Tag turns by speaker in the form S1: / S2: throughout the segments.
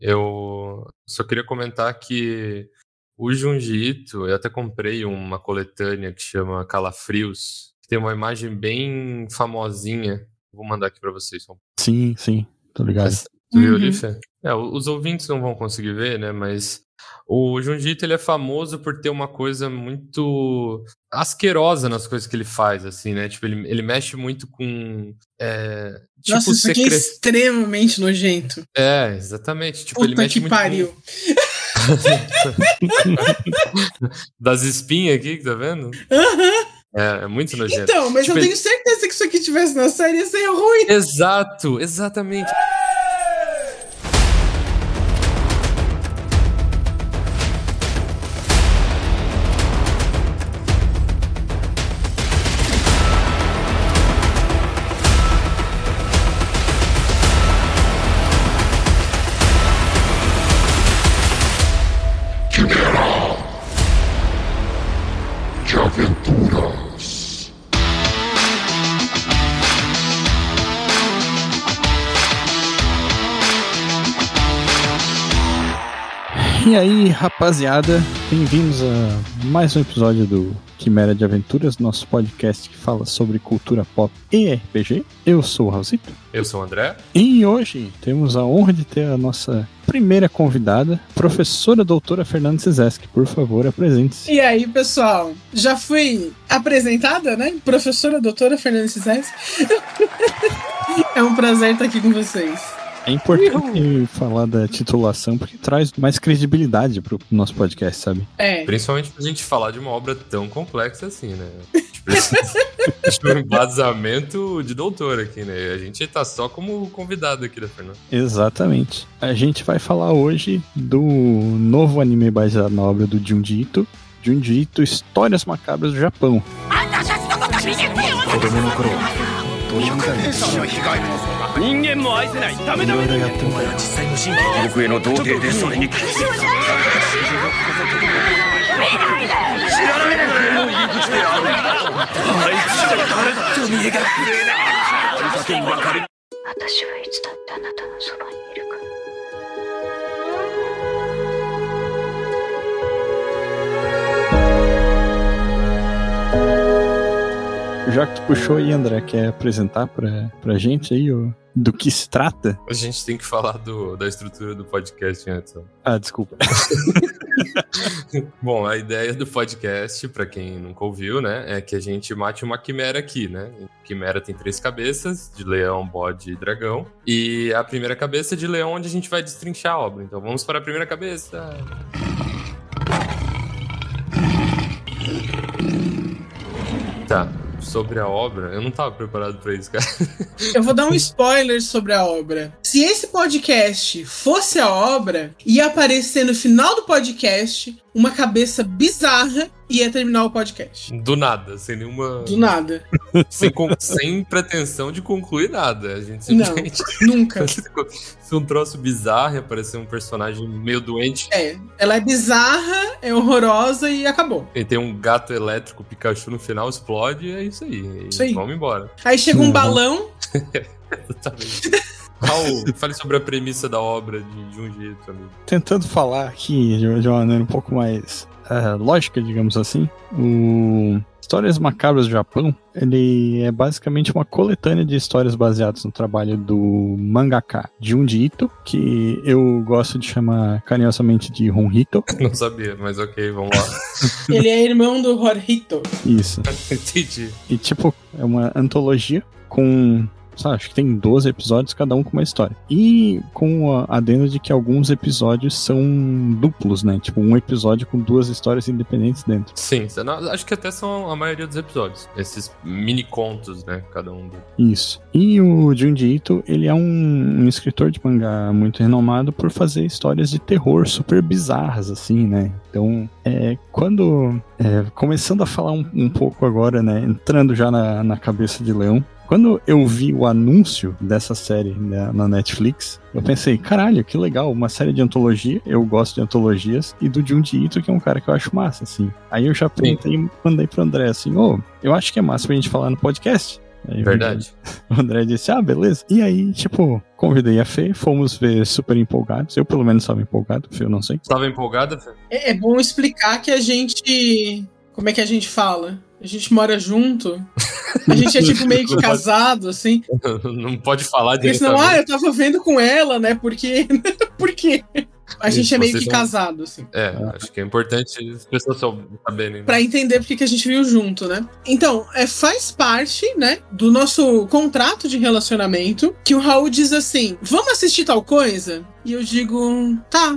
S1: Eu só queria comentar que o Junji Ito, eu até comprei uma coletânea que chama Calafrios, que tem uma imagem bem famosinha. Vou mandar aqui pra vocês.
S2: Sim, tô ligado.
S1: Tu viu ali, Fê? Os ouvintes não vão conseguir ver, né? Mas o Junji Ito, ele é famoso por ter uma coisa muito asquerosa nas coisas que ele faz, assim, né? Tipo, ele mexe muito com... tipo,
S3: nossa, isso aqui é extremamente nojento.
S1: Exatamente. Tipo,
S3: puta
S1: ele mexe
S3: que
S1: muito
S3: pariu.
S1: Das espinhas aqui, que tá vendo? É muito nojento.
S3: Então, mas
S1: tipo,
S3: eu tenho certeza que isso aqui tivesse na série ia ser ruim.
S1: Exatamente.
S2: E aí, rapaziada, bem-vindos a mais um episódio do Quimera de Aventuras, nosso podcast que fala sobre cultura pop e RPG. Eu sou o Raulzito.
S1: Eu sou o André.
S2: E hoje temos a honra de ter a nossa primeira convidada, professora doutora Fernanda Cizeski. Por favor, apresente-se.
S3: E aí, pessoal? Já fui apresentada, né? Professora doutora Fernanda Cizeski. É um prazer estar aqui com vocês.
S2: É importante falar da titulação porque traz mais credibilidade pro nosso podcast, sabe?
S1: Principalmente pra gente falar de uma obra tão complexa assim, né? Tipo, um embasamento de doutor aqui, né? A gente tá só como convidado aqui da Fernanda. Exatamente.
S2: A gente vai falar hoje do novo anime baseado na obra do Junji Ito, Histórias Macabras do Japão. Já que tu puxou aí, André, quer apresentar pra gente aí do que se trata?
S1: A gente tem que falar da estrutura do podcast antes.
S2: Desculpa.
S1: Bom, a ideia do podcast, pra quem nunca ouviu, né, é que a gente mate uma quimera aqui, né? Quimera tem 3 cabeças, de leão, bode e dragão. E a primeira cabeça é de leão, onde a gente vai destrinchar a obra. Então vamos para a primeira cabeça. Tá. Sobre a obra, eu não tava preparado pra isso, cara.
S3: Eu vou dar um spoiler sobre a obra. Se esse podcast fosse a obra, ia aparecer no final do podcast uma cabeça bizarra e ia terminar o podcast.
S1: Do nada, sem nenhuma...
S3: Do nada.
S1: Sem pretensão de concluir nada. A gente simplesmente...
S3: Não, nunca.
S1: Se um troço bizarro e aparecer um personagem meio doente...
S3: Ela é bizarra, é horrorosa e acabou.
S1: E tem um gato elétrico, Pikachu no final, explode e é isso aí.
S3: Isso aí.
S1: Vamos embora.
S3: Aí chega um balão...
S1: Exatamente. Raul, fale sobre a premissa da obra de Junji Ito, amigo.
S2: Tentando falar aqui de uma maneira um pouco mais lógica, digamos assim, o Histórias Macabras do Japão, ele é basicamente uma coletânea de histórias baseadas no trabalho do mangaka Junji Ito, que eu gosto de chamar carinhosamente de Honhito.
S1: Não sabia, mas ok, vamos lá.
S3: Ele é irmão do Horihito.
S2: Isso.
S1: Entendi.
S2: E tipo, é uma antologia com... acho que tem 12 episódios, cada um com uma história. E com a adendo de que alguns episódios são duplos, né? Tipo, um episódio com 2 histórias independentes dentro.
S1: Sim, acho que até são a maioria dos episódios. Esses mini contos, né? Cada um.
S2: Isso. E o Junji Ito, ele é um escritor de mangá muito renomado por fazer histórias de terror super bizarras, assim, né? Então, começando a falar um pouco agora, né? Entrando já na cabeça de leão. Quando eu vi o anúncio dessa série na Netflix, eu pensei, caralho, que legal, uma série de antologia, eu gosto de antologias, e do Junji Ito, que é um cara que eu acho massa, assim. Aí eu já perguntei e mandei pro André, assim, eu acho que é massa pra gente falar no podcast. Aí
S1: Verdade.
S2: O André disse, beleza. E aí, tipo, convidei a Fê, fomos ver super empolgados. Eu, pelo menos, estava empolgado, Fê, eu não sei.
S1: Tava empolgada, Fê?
S3: É bom explicar que a gente... Como é que a gente fala? A gente mora junto. A gente é tipo meio que casado, assim.
S1: Não pode falar
S3: Porque
S1: diretamente.
S3: senão, eu tava vendo com ela, né? Porque... Por quê? A gente é meio que casado, assim.
S1: Acho que é importante as pessoas saberem. Né?
S3: Pra entender porque que a gente viu junto, né? Então, faz parte, né, do nosso contrato de relacionamento que o Raul diz assim, vamos assistir tal coisa? E eu digo, tá.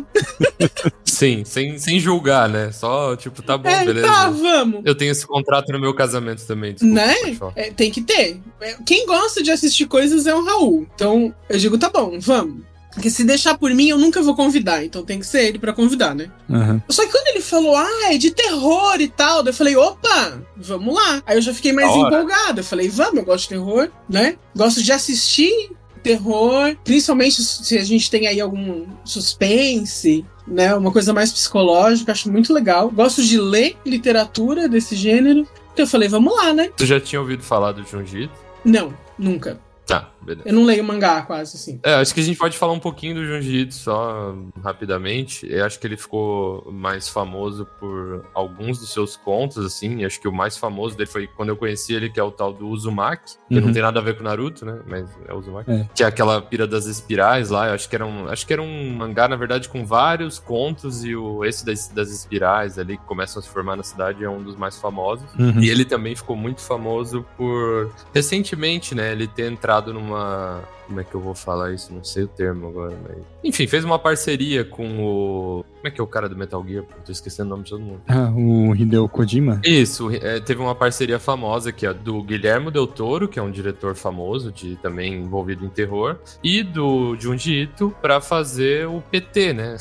S1: Sim, sem julgar, né? Só, tipo, tá bom, beleza.
S3: Tá, vamos.
S1: Eu tenho esse contrato no meu casamento também, desculpa.
S3: Né? Tem que ter. Quem gosta de assistir coisas é o Raul. Então, eu digo, tá bom, vamos. Porque se deixar por mim, eu nunca vou convidar. Então tem que ser ele pra convidar, né?
S2: Uhum.
S3: Só que quando ele falou, é de terror e tal, daí eu falei, opa, vamos lá. Aí eu já fiquei mais empolgada. Eu falei, vamos, eu gosto de terror, né? Gosto de assistir terror, principalmente se a gente tem aí algum suspense, né? Uma coisa mais psicológica, acho muito legal. Gosto de ler literatura desse gênero. Então eu falei, vamos lá, né?
S1: Tu já tinha ouvido falar do Junjito?
S3: Não, nunca.
S1: Tá, beleza.
S3: Eu não leio mangá quase, assim.
S1: Acho que a gente pode falar um pouquinho do Junjito só rapidamente. Eu acho que ele ficou mais famoso por alguns dos seus contos, assim. Acho que o mais famoso dele foi quando eu conheci ele, que é o tal do Uzumaki. Que não tem nada a ver com o Naruto, né? Mas é o Uzumaki. Que é aquela pira das espirais lá. Eu acho que era um mangá, na verdade, com vários contos. E esse das espirais ali, que começam a se formar na cidade, é um dos mais famosos. E ele também ficou muito famoso por... Recentemente, né? Ele ter entrado numa... Como é que eu vou falar isso? Não sei o termo agora, mas... Enfim, fez uma parceria com o... Como é que é o cara do Metal Gear? Tô esquecendo o nome de todo mundo.
S2: O Hideo Kojima?
S1: Isso, teve uma parceria famosa que é do Guilherme Del Toro, que é um diretor famoso, também envolvido em terror, e do Junji Ito pra fazer o PT, né?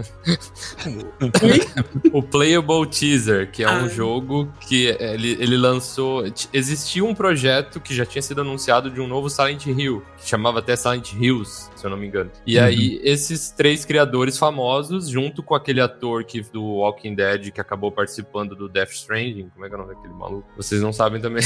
S1: O Playable Teaser, que é um jogo que ele lançou... Existia um projeto que já tinha sido anunciado de um novo Silent Hill, que chamava até Silent Hills, se eu não me engano. E aí, esses 3 criadores famosos, junto com aquele ator do Walking Dead que acabou participando do Death Stranding, como é que é o nome daquele maluco? Vocês não sabem também.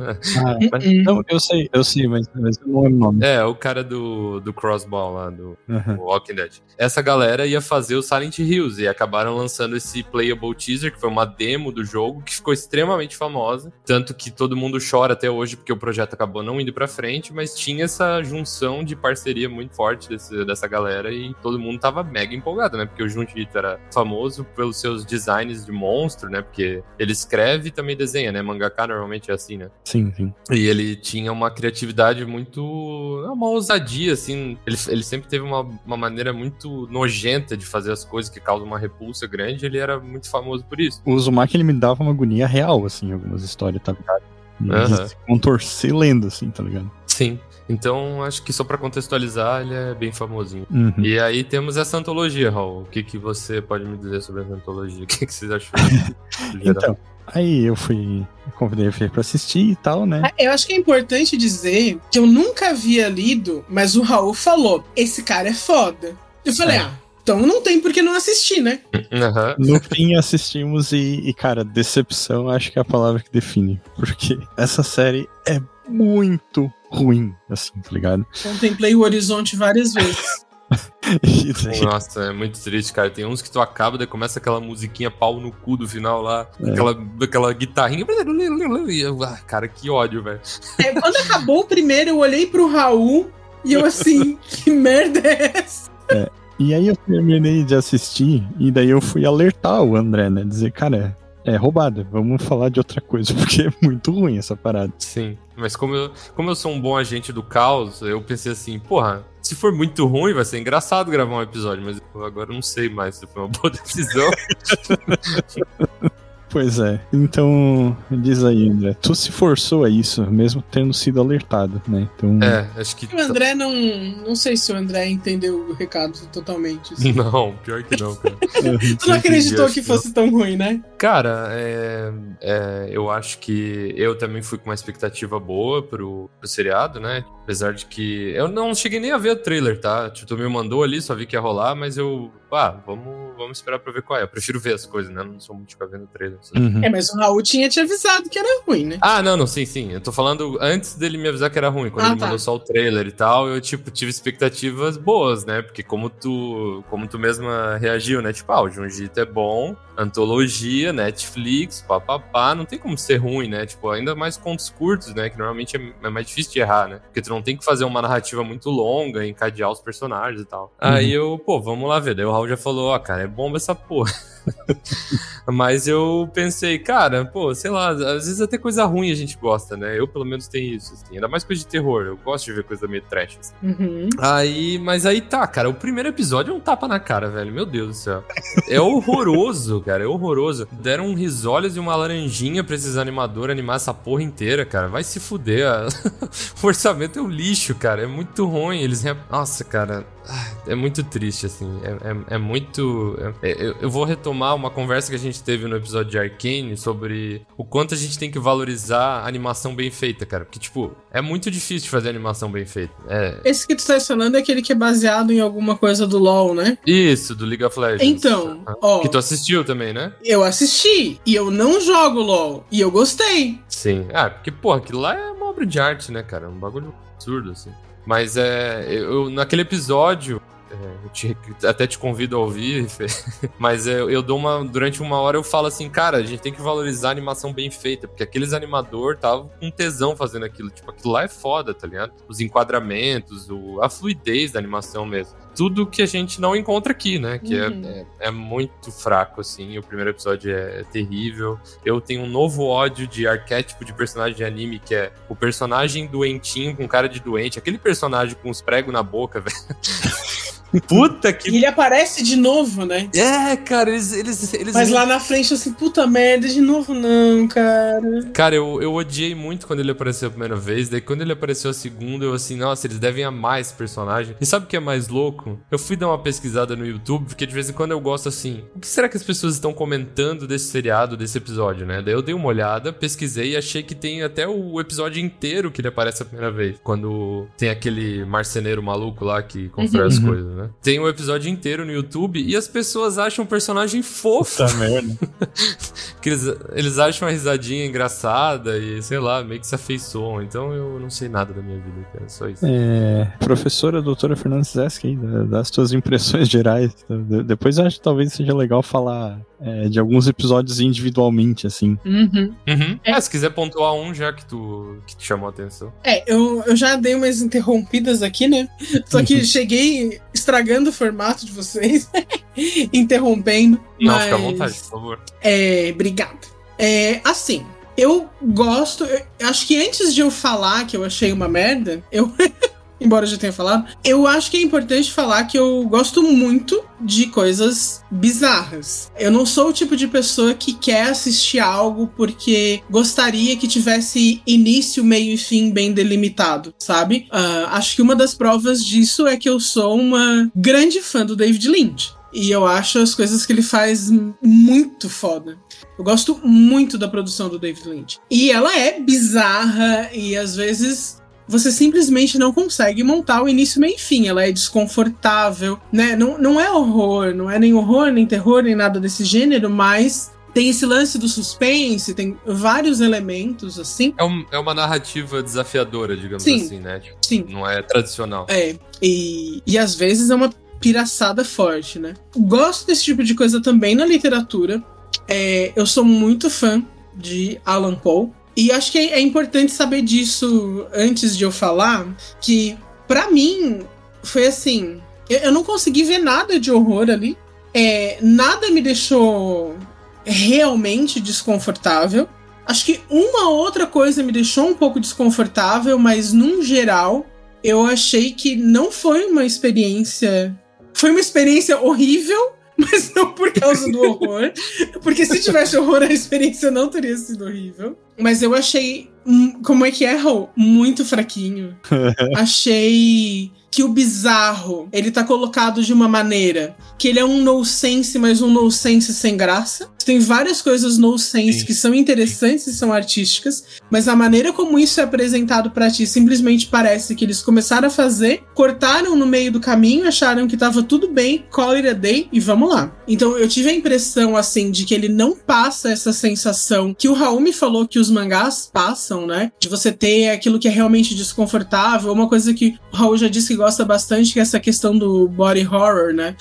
S2: Não, eu sei, mas eu não lembro o nome.
S1: O cara do Crossbow lá, do Walking Dead. Essa galera ia fazer o Silent Hills e acabaram lançando esse Playable Teaser, que foi uma demo do jogo, que ficou extremamente famosa, tanto que todo mundo chora até hoje porque o projeto acabou não indo pra frente, mas tinha essa junção de parceria muito forte dessa galera e todo mundo tava mega empolgado, né? Porque o Junji Ito era famoso pelos seus designs de monstro, né? Porque ele escreve e também desenha, né? Mangaka normalmente é assim, né?
S2: Sim.
S1: E ele tinha uma criatividade muito... uma ousadia, assim. Ele sempre teve uma maneira muito nojenta de fazer as coisas que causam uma repulsa grande. Ele era muito famoso por isso.
S2: O Uzumaki, ele me dava uma agonia real, assim, em algumas histórias, tá ligado? Se contorcer lendo, assim, tá ligado?
S1: Sim. Então, acho que só pra contextualizar, ele é bem famosinho. E aí temos essa antologia, Raul. O que você pode me dizer sobre essa antologia? O que vocês acham?
S2: Então, aí eu convidei a Fê pra assistir e tal, né?
S3: Eu acho que é importante dizer que eu nunca havia lido, mas o Raul falou, esse cara é foda. Eu falei, então não tem por que não assistir, né?
S2: No fim assistimos e, cara, decepção acho que é a palavra que define. Porque essa série é muito ruim, assim, tá ligado?
S3: Contemplei o horizonte várias vezes.
S1: Nossa, é muito triste, cara. Tem uns que tu acaba, daí começa aquela musiquinha pau no cu do final lá, aquela guitarrinha. Cara, que ódio, velho.
S3: Quando acabou o primeiro, eu olhei pro Raul e eu assim, que merda é essa?
S2: E aí eu terminei de assistir e daí eu fui alertar o André, né? Dizer, cara, é roubada, vamos falar de outra coisa, porque é muito ruim essa parada.
S1: Sim, mas como eu sou um bom agente do caos, eu pensei assim, porra, se for muito ruim vai ser engraçado gravar um episódio, mas agora eu não sei mais se foi uma boa decisão.
S2: Pois é, então diz aí, André, tu se forçou a isso, mesmo tendo sido alertado, né? Então...
S1: acho que...
S3: O André não sei se o André entendeu o recado totalmente.
S1: Assim. Não, pior que não, cara.
S3: Tu não acreditou que fosse tão ruim, né?
S1: Cara, eu acho que eu também fui com uma expectativa boa pro seriado, né? Apesar de que eu não cheguei nem a ver o trailer, tá? Tipo, tu me mandou ali, só vi que ia rolar, mas vamos vamos esperar pra ver qual é. Eu prefiro ver as coisas, né? Eu não sou muito de ficar vendo trailer.
S3: Mas o Raul tinha te avisado que era ruim, né?
S1: Ah, não, sim. Eu tô falando antes dele me avisar que era ruim. Quando ele mandou só o trailer e tal, eu, tive expectativas boas, né? Porque como tu mesma reagiu, né? Tipo, o Junjito é bom, antologia, Netflix, papapá, não tem como ser ruim, né? Tipo, ainda mais contos curtos, né? Que normalmente é mais difícil de errar, né? Porque tu não tem que fazer uma narrativa muito longa, encadear os personagens e tal. Aí eu, vamos lá ver. Daí o Raul já falou, cara, é bomba essa porra. Mas eu pensei, cara, sei lá, às vezes até coisa ruim a gente gosta, né? Eu pelo menos tenho isso, assim. Ainda mais coisa de terror, eu gosto de ver coisa meio trash, assim. Mas aí tá, cara, o primeiro episódio é um tapa na cara, velho, meu Deus do céu. É horroroso, cara, é horroroso. Deram um risolhos e uma laranjinha pra esses animadores animar essa porra inteira, cara. Vai se fuder, o orçamento é um lixo, cara, é muito ruim. Nossa, cara, é muito triste, assim, é muito... Eu vou retomar uma conversa que a gente teve no episódio de Arcane sobre o quanto a gente tem que valorizar a animação bem feita, cara. Porque, tipo, é muito difícil de fazer animação bem feita.
S3: Esse que tu tá falando é aquele que é baseado em alguma coisa do LoL, né?
S1: Isso, do League of Legends.
S3: Então,
S1: que tu assistiu também, né?
S3: Eu assisti, e eu não jogo LoL, e eu gostei.
S1: Sim, porque, aquilo lá é uma obra de arte, né, cara? É um bagulho absurdo, assim. Mas naquele episódio... até te convido a ouvir, mas eu dou durante uma hora eu falo assim, cara, a gente tem que valorizar a animação bem feita, porque aqueles animadores estavam com tesão fazendo aquilo, tipo, aquilo lá é foda, tá ligado? Os enquadramentos, a fluidez da animação mesmo. Tudo que a gente não encontra aqui, né? Que é muito fraco, assim. O primeiro episódio é terrível. Eu tenho um novo ódio de arquétipo de personagem de anime, que é o personagem doentinho com cara de doente. Aquele personagem com os pregos na boca, velho. Puta que...
S3: E ele aparece de novo, né?
S1: Cara, eles...
S3: Mas lá na frente, assim, puta merda, de novo não, cara.
S1: Cara, eu odiei muito quando ele apareceu a primeira vez. Daí quando ele apareceu a segunda, eu assim, nossa, eles devem amar esse personagem. E sabe o que é mais louco? Eu fui dar uma pesquisada no YouTube, porque de vez em quando eu gosto assim, o que será que as pessoas estão comentando desse seriado, desse episódio, né? Daí eu dei uma olhada, pesquisei e achei que tem até o episódio inteiro que ele aparece a primeira vez. Quando tem aquele marceneiro maluco lá que constrói as coisas, né? Tem um episódio inteiro no YouTube e as pessoas acham o personagem fofo.
S2: Puta merda.
S1: Que eles acham a risadinha engraçada e, sei lá, meio que se afeiçoam. Então eu não sei nada da minha vida, cara. Só isso.
S2: Professora doutora Fernanda Zeski aí, das tuas impressões gerais. Depois eu acho que talvez seja legal falar de alguns episódios individualmente, assim.
S1: Se quiser pontuar um já que te chamou a atenção.
S3: Eu já dei umas interrompidas aqui, né? Só que cheguei estragando o formato de vocês, interrompendo.
S1: Não, fica à vontade, por favor.
S3: Obrigada. Assim, eu gosto... Eu acho que antes de eu falar que eu achei uma merda, embora eu já tenha falado, eu acho que é importante falar que eu gosto muito de coisas bizarras. Eu não sou o tipo de pessoa que quer assistir algo porque gostaria que tivesse início, meio e fim bem delimitado, sabe? Acho que uma das provas disso é que eu sou uma grande fã do David Lynch. E eu acho as coisas que ele faz muito foda. Eu gosto muito da produção do David Lynch. E ela é bizarra e às vezes... você simplesmente não consegue montar o início, meio e fim. Ela é desconfortável, né? Não é horror, não é nem horror, nem terror, nem nada desse gênero, mas tem esse lance do suspense, tem vários elementos, assim.
S1: É uma narrativa desafiadora, digamos
S3: Sim,
S1: assim, né? Tipo,
S3: sim.
S1: Não é tradicional.
S3: E às vezes é uma piraçada forte, né? Gosto desse tipo de coisa também na literatura. Eu sou muito fã de Allan Poe. E acho que é importante saber disso antes de eu falar, que pra mim foi assim, eu não consegui ver nada de horror ali, nada me deixou realmente desconfortável. Acho que uma outra coisa me deixou um pouco desconfortável, mas num geral eu achei que não foi uma experiência... Foi uma experiência horrível, mas não por causa do horror. Porque se tivesse horror, a experiência não teria sido horrível. Mas eu achei, como é que é, Raul? Muito fraquinho. Achei que o bizarro, ele tá colocado de uma maneira que ele é um nonsense, mas um nonsense sem graça. tem várias coisas nonsense que são interessantes e são artísticas, mas a maneira como isso é apresentado pra ti simplesmente parece que eles começaram a fazer, cortaram no meio do caminho, acharam que tava tudo bem, call it a day e vamos lá. Então eu tive a impressão, assim, de que ele não passa essa sensação que o Raul me falou que os mangás passam, né? De você ter aquilo que é realmente desconfortável, uma coisa que o Raul já disse que gosta bastante, que é essa questão do body horror, né?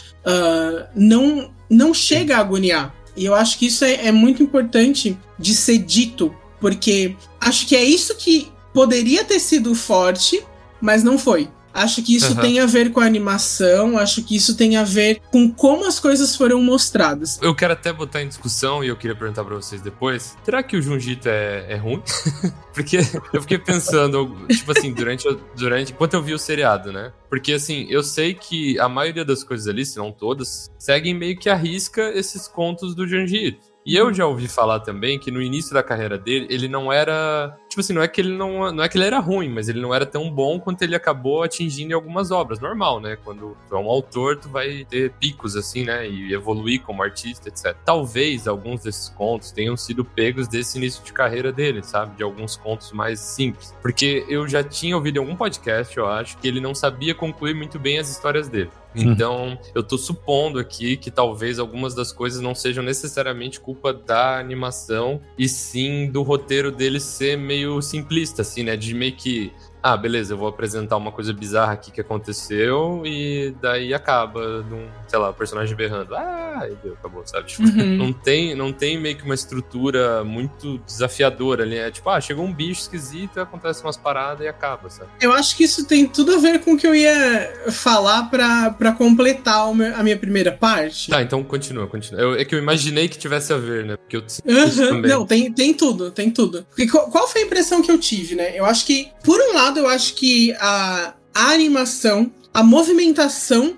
S3: Não chega a agoniar. E eu acho que isso é muito importante de ser dito, porque acho que é isso que poderia ter sido forte, mas não foi. Acho que isso tem a ver com a animação, acho que isso tem a ver com como as coisas foram mostradas.
S1: Eu quero até botar em discussão, e eu queria perguntar pra vocês depois, será que o Junjito é ruim? Porque eu fiquei pensando, tipo assim, durante enquanto eu vi o seriado, né? Porque assim, eu sei que a maioria das coisas ali, se não todas, seguem meio que à risca esses contos do Junjito. E eu já ouvi falar também que no início da carreira dele, ele não era... Tipo assim, não é que ele era ruim, mas ele não era tão bom quanto ele acabou atingindo em algumas obras. Normal, né? Quando tu é um autor, tu vai ter picos, assim, né? E evoluir como artista, etc. Talvez alguns desses contos tenham sido pegos desse início de carreira dele, sabe? De alguns contos mais simples. Porque eu já tinha ouvido em algum podcast, eu acho, que ele não sabia concluir muito bem as histórias dele. Então, eu tô supondo aqui que talvez algumas das coisas não sejam necessariamente culpa da animação, e sim do roteiro dele ser meio simplista, assim, né? De meio que, beleza, eu vou apresentar uma coisa bizarra aqui que aconteceu, e daí acaba num, sei lá, o personagem berrando. E deu, acabou, sabe? Tipo, não tem meio que uma estrutura muito desafiadora ali, né? Tipo, chegou um bicho esquisito, acontece umas paradas e acaba, sabe?
S3: Eu acho que isso tem tudo a ver com o que eu ia falar pra completar a minha primeira parte.
S1: Tá, então continua. É que eu imaginei que tivesse a ver, né? Porque eu isso também.
S3: Não, tem tudo. Porque qual foi a impressão que eu tive, né? Eu acho que, por um lado, eu acho que a animação, a movimentação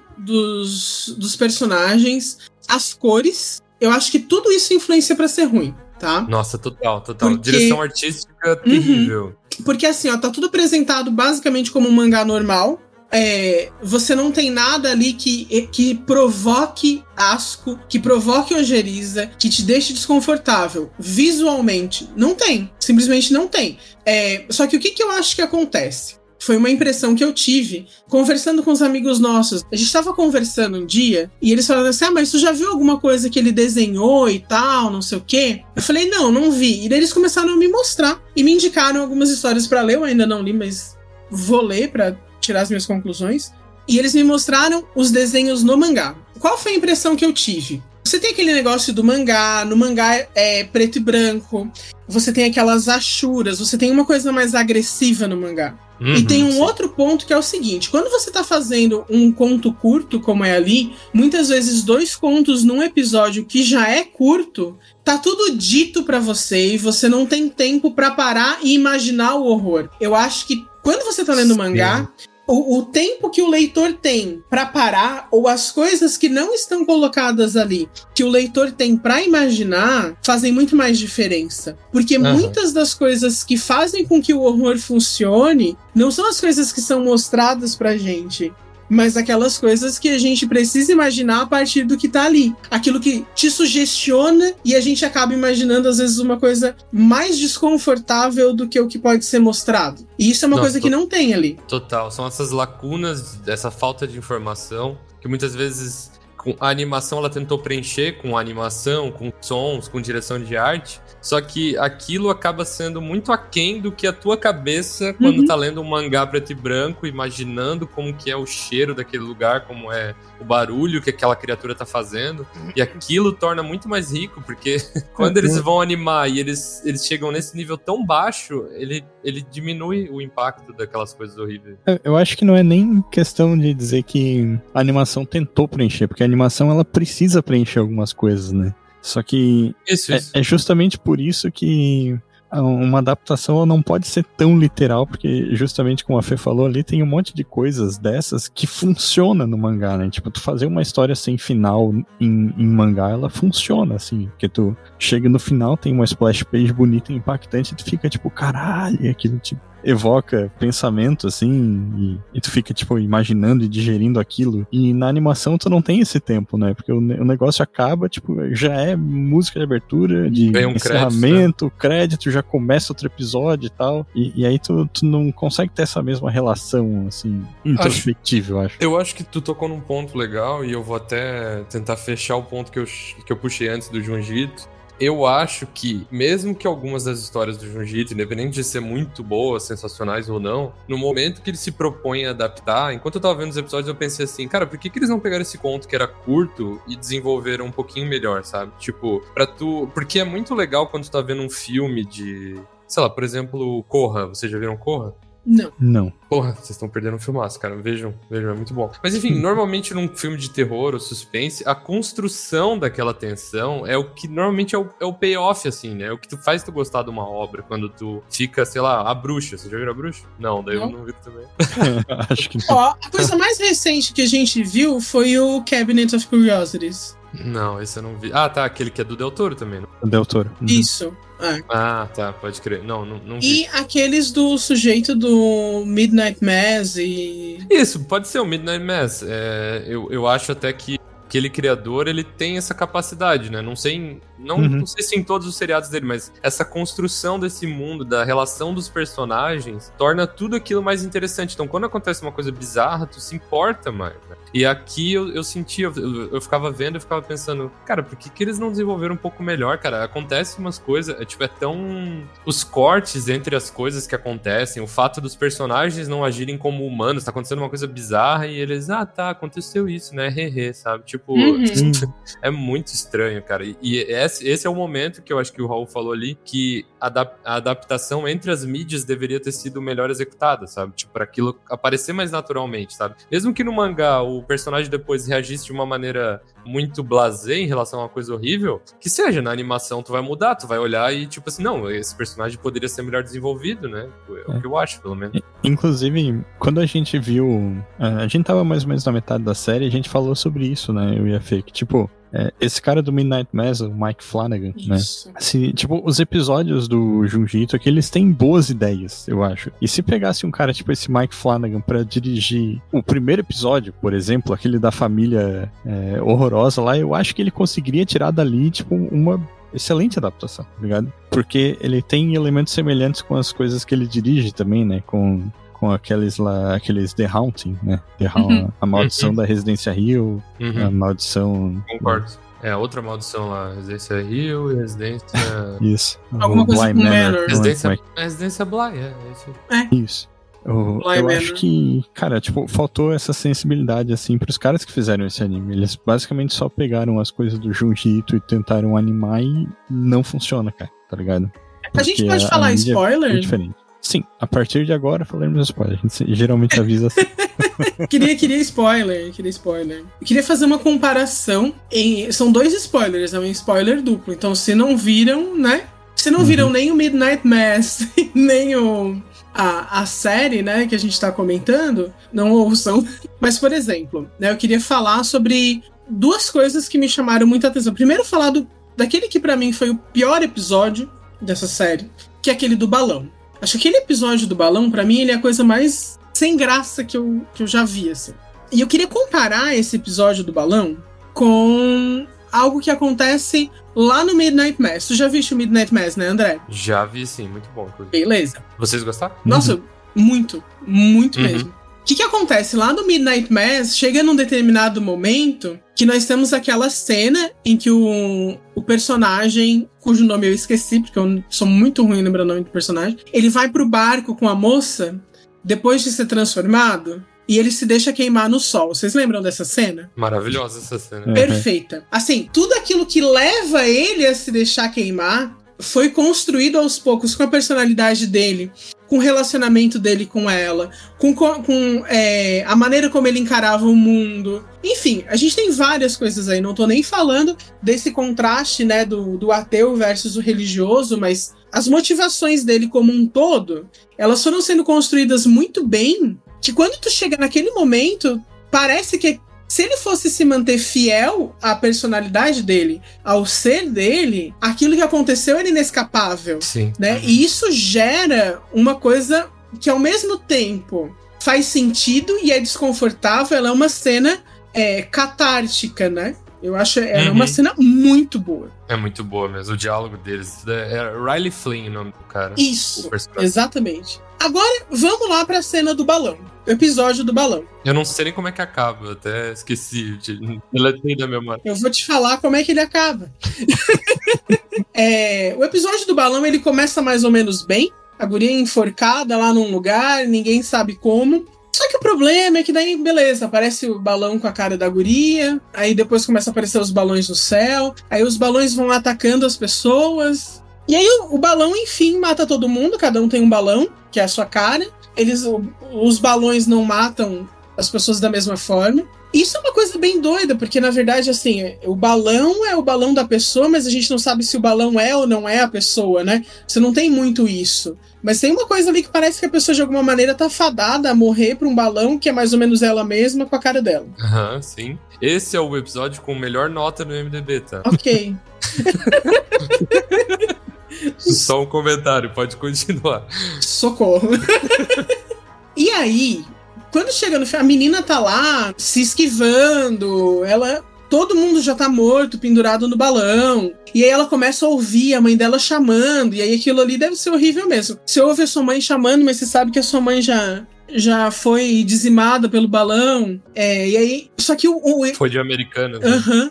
S3: dos personagens, as cores, eu acho que tudo isso influencia pra ser ruim, tá?
S1: Nossa, total. Porque... Direção artística terrível.
S3: Porque assim, tá tudo apresentado basicamente como um mangá normal. Você não tem nada ali que provoque asco, que provoque ojeriza, que te deixe desconfortável. Visualmente, não tem. Simplesmente não tem. Só que o que eu acho que acontece? Foi uma impressão que eu tive conversando com os amigos nossos. A gente tava conversando um dia e eles falaram assim, mas tu já viu alguma coisa que ele desenhou e tal, não sei o quê? Eu falei, não vi. E daí eles começaram a me mostrar e me indicaram algumas histórias pra ler. Eu ainda não li, mas vou ler pra tirar as minhas conclusões. E eles me mostraram os desenhos no mangá. Qual foi a impressão que eu tive? Você tem aquele negócio do mangá, no mangá é preto e branco, você tem aquelas achuras, você tem uma coisa mais agressiva no mangá. E tem um outro ponto que é o seguinte, quando você tá fazendo um conto curto, como é ali, muitas vezes 2 contos num episódio que já é curto, tá tudo dito pra você e você não tem tempo pra parar e imaginar o horror. Eu acho que quando você tá lendo mangá, o tempo que o leitor tem pra parar, ou as coisas que não estão colocadas ali, que o leitor tem pra imaginar, fazem muito mais diferença. Porque muitas das coisas que fazem com que o horror funcione, não são as coisas que são mostradas pra gente, mas aquelas coisas que a gente precisa imaginar a partir do que tá ali. Aquilo que te sugestiona e a gente acaba imaginando, às vezes, uma coisa mais desconfortável do que o que pode ser mostrado. E isso é uma coisa que não tem ali.
S1: Total. São essas lacunas, essa falta de informação, que muitas vezes a animação ela tentou preencher com animação, com sons, com direção de arte, só que aquilo acaba sendo muito aquém do que a tua cabeça quando tá lendo um mangá preto e branco, imaginando como que é o cheiro daquele lugar, como é o barulho que aquela criatura tá fazendo, e aquilo torna muito mais rico, porque quando eles vão animar e eles chegam nesse nível tão baixo, ele diminui o impacto daquelas coisas horríveis.
S2: Eu acho que não é nem questão de dizer que a animação tentou preencher, porque a animação ela precisa preencher algumas coisas, né? Só que é justamente por isso que uma adaptação não pode ser tão literal, porque justamente como a Fê falou ali, tem um monte de coisas dessas que funciona no mangá, né? Tipo, tu fazer uma história sem final em mangá, ela funciona, assim, porque tu chega no final, tem uma splash page bonita e impactante, e tu fica tipo, caralho, aquilo te evoca pensamento, assim, e tu fica, tipo, imaginando e digerindo aquilo. E na animação tu não tem esse tempo, né? Porque o negócio acaba, tipo, já é música de abertura, de encerramento, crédito, já começa outro episódio e tal. E aí tu não consegue ter essa mesma relação, assim, introspectiva, eu acho.
S1: Eu acho que tu tocou num ponto legal, e eu vou até tentar fechar o ponto que eu puxei antes do Junji Ito. Eu acho que, mesmo que algumas das histórias do Junji Ito, independente de ser muito boas, sensacionais ou não, no momento que ele se propõe a adaptar, enquanto eu tava vendo os episódios, eu pensei assim, cara, por que eles não pegaram esse conto que era curto e desenvolveram um pouquinho melhor, sabe? Tipo, porque é muito legal quando tu tá vendo um filme de, sei lá, por exemplo, Korra. Vocês já viram Korra?
S2: Não.
S1: Porra, vocês estão perdendo um filmaço, cara. Vejam, é muito bom. Mas enfim, normalmente num filme de terror ou suspense, a construção daquela tensão é o que normalmente é o payoff, assim, né? É o que faz tu gostar de uma obra, quando tu fica, sei lá, A Bruxa. Você já viu A Bruxa? Não, daí eu não vi também.
S2: Acho que não.
S3: Ó, a coisa mais recente que a gente viu foi o Cabinet of Curiosities.
S1: Não, esse eu não vi. Ah, tá, aquele que é do Del Toro também, né?
S2: Del Toro.
S3: Isso.
S1: Ah, tá, pode crer. Não vi.
S3: E aqueles do sujeito do Midnight Mass e...
S1: Isso, pode ser o Midnight Mass. Eu acho até que aquele criador, ele tem essa capacidade, né? Não sei se em todos os seriados dele, mas essa construção desse mundo, da relação dos personagens, torna tudo aquilo mais interessante. Então, quando acontece uma coisa bizarra, tu se importa mais, né? E aqui eu sentia, eu ficava vendo, eu ficava pensando, cara, por que eles não desenvolveram um pouco melhor, cara? Acontece umas coisas, é tão... Os cortes entre as coisas que acontecem, o fato dos personagens não agirem como humanos, tá acontecendo uma coisa bizarra e eles, tá, aconteceu isso, né? Sabe? Tipo, é muito estranho, cara. E esse é o momento que eu acho que o Raul falou ali, que a adaptação entre as mídias deveria ter sido melhor executada, sabe? Tipo, para aquilo aparecer mais naturalmente, sabe? Mesmo que no mangá o personagem depois reagisse de uma maneira muito blasé em relação a uma coisa horrível, que seja, na animação tu vai mudar, tu vai olhar e tipo assim, não, esse personagem poderia ser melhor desenvolvido, né? É o que eu acho, pelo menos.
S2: Inclusive, quando a gente viu... A gente tava mais ou menos na metade da série, a gente falou sobre isso, né? Eu e a Fê, que tipo... esse cara do Midnight Mass, o Mike Flanagan,
S3: isso,
S2: né? Assim, tipo, os episódios do Junji Ito aqui, eles têm boas ideias, eu acho. E se pegasse um cara tipo esse Mike Flanagan pra dirigir o primeiro episódio, por exemplo, aquele da família horrorosa lá, eu acho que ele conseguiria tirar dali, tipo, uma excelente adaptação, tá ligado? Porque ele tem elementos semelhantes com as coisas que ele dirige também, né? Com aqueles The Haunting, né? A maldição da Residência Hill, a maldição...
S1: Concordo. Outra maldição lá, Residência Hill e Residência...
S2: Isso.
S3: Alguma coisa com Manor.
S1: Residência Bly,
S2: isso. Eu acho que, cara, tipo, faltou essa sensibilidade, assim, pros caras que fizeram esse anime. Eles basicamente só pegaram as coisas do Junji Ito e tentaram animar e não funciona, cara, tá ligado? Porque
S3: a gente pode falar spoiler?
S2: É diferente. Sim, a partir de agora falaremos spoiler. A gente geralmente avisa assim.
S3: Queria spoiler. Eu queria fazer uma comparação. São 2 spoilers, é um spoiler duplo. Então, se não viram, né? Se não viram nem o Midnight Mass, nem a série, né, que a gente tá comentando, não ouçam. Mas, por exemplo, né, eu queria falar sobre 2 coisas que me chamaram muita atenção. Primeiro, falar daquele que pra mim foi o pior episódio dessa série, que é aquele do balão. Acho que aquele episódio do balão, pra mim, ele é a coisa mais sem graça que eu já vi, assim. E eu queria comparar esse episódio do balão com algo que acontece lá no Midnight Mass. Tu já viste o Midnight Mass, né, André?
S1: Já vi, sim. Muito bom, inclusive.
S3: Beleza.
S1: Vocês gostaram?
S3: Nossa, muito mesmo. O que acontece? Lá no Midnight Mass, chega num determinado momento que nós temos aquela cena em que o personagem, cujo nome eu esqueci, porque eu sou muito ruim em lembrar o nome do personagem, ele vai pro barco com a moça, depois de ser transformado, e ele se deixa queimar no sol. Vocês lembram dessa cena?
S1: Maravilhosa essa cena.
S3: Perfeita. Assim, tudo aquilo que leva ele a se deixar queimar foi construído aos poucos com a personalidade dele, com o relacionamento dele com ela, com a maneira como ele encarava o mundo. Enfim, a gente tem várias coisas aí. Não tô nem falando desse contraste, né, do ateu versus o religioso, mas as motivações dele como um todo, elas foram sendo construídas muito bem, que quando tu chega naquele momento, parece que se ele fosse se manter fiel à personalidade dele, ao ser dele, aquilo que aconteceu era inescapável.
S1: Sim.
S3: Né? E isso gera uma coisa que ao mesmo tempo faz sentido e é desconfortável. Ela é uma cena catártica, né? Eu acho ela uma cena muito boa.
S1: É muito boa mesmo, o diálogo deles. É Riley Flynn o nome do cara.
S3: Isso, exatamente. Agora, vamos lá pra cena do balão. O episódio do balão.
S1: Eu não sei nem como é que acaba, eu até esqueci. Deletei da memória.
S3: Eu vou te falar como é que ele acaba. O episódio do balão, ele começa mais ou menos bem. A guria enforcada lá num lugar, ninguém sabe como. Só que o problema é que daí, beleza, aparece o balão com a cara da guria, aí depois começa a aparecer os balões no céu, aí os balões vão atacando as pessoas, e aí o balão, enfim, mata todo mundo, cada um tem um balão, que é a sua cara. Os balões não matam as pessoas da mesma forma. Isso é uma coisa bem doida, porque na verdade, assim, o balão é o balão da pessoa, mas a gente não sabe se o balão é ou não é a pessoa, né? Você não tem muito isso. Mas tem uma coisa ali que parece que a pessoa de alguma maneira tá fadada a morrer pra um balão que é mais ou menos ela mesma com a cara dela.
S1: Sim. Esse é o episódio com melhor nota no MDB, tá?
S3: Ok.
S1: Só um comentário, pode continuar.
S3: Socorro. E aí, quando chega no fim, a menina tá lá se esquivando, todo mundo já tá morto, pendurado no balão. E aí ela começa a ouvir a mãe dela chamando, e aí aquilo ali deve ser horrível mesmo. Você ouve a sua mãe chamando, mas você sabe que a sua mãe já foi dizimada pelo balão. E aí, só que
S1: foi de Americanas.
S3: Né?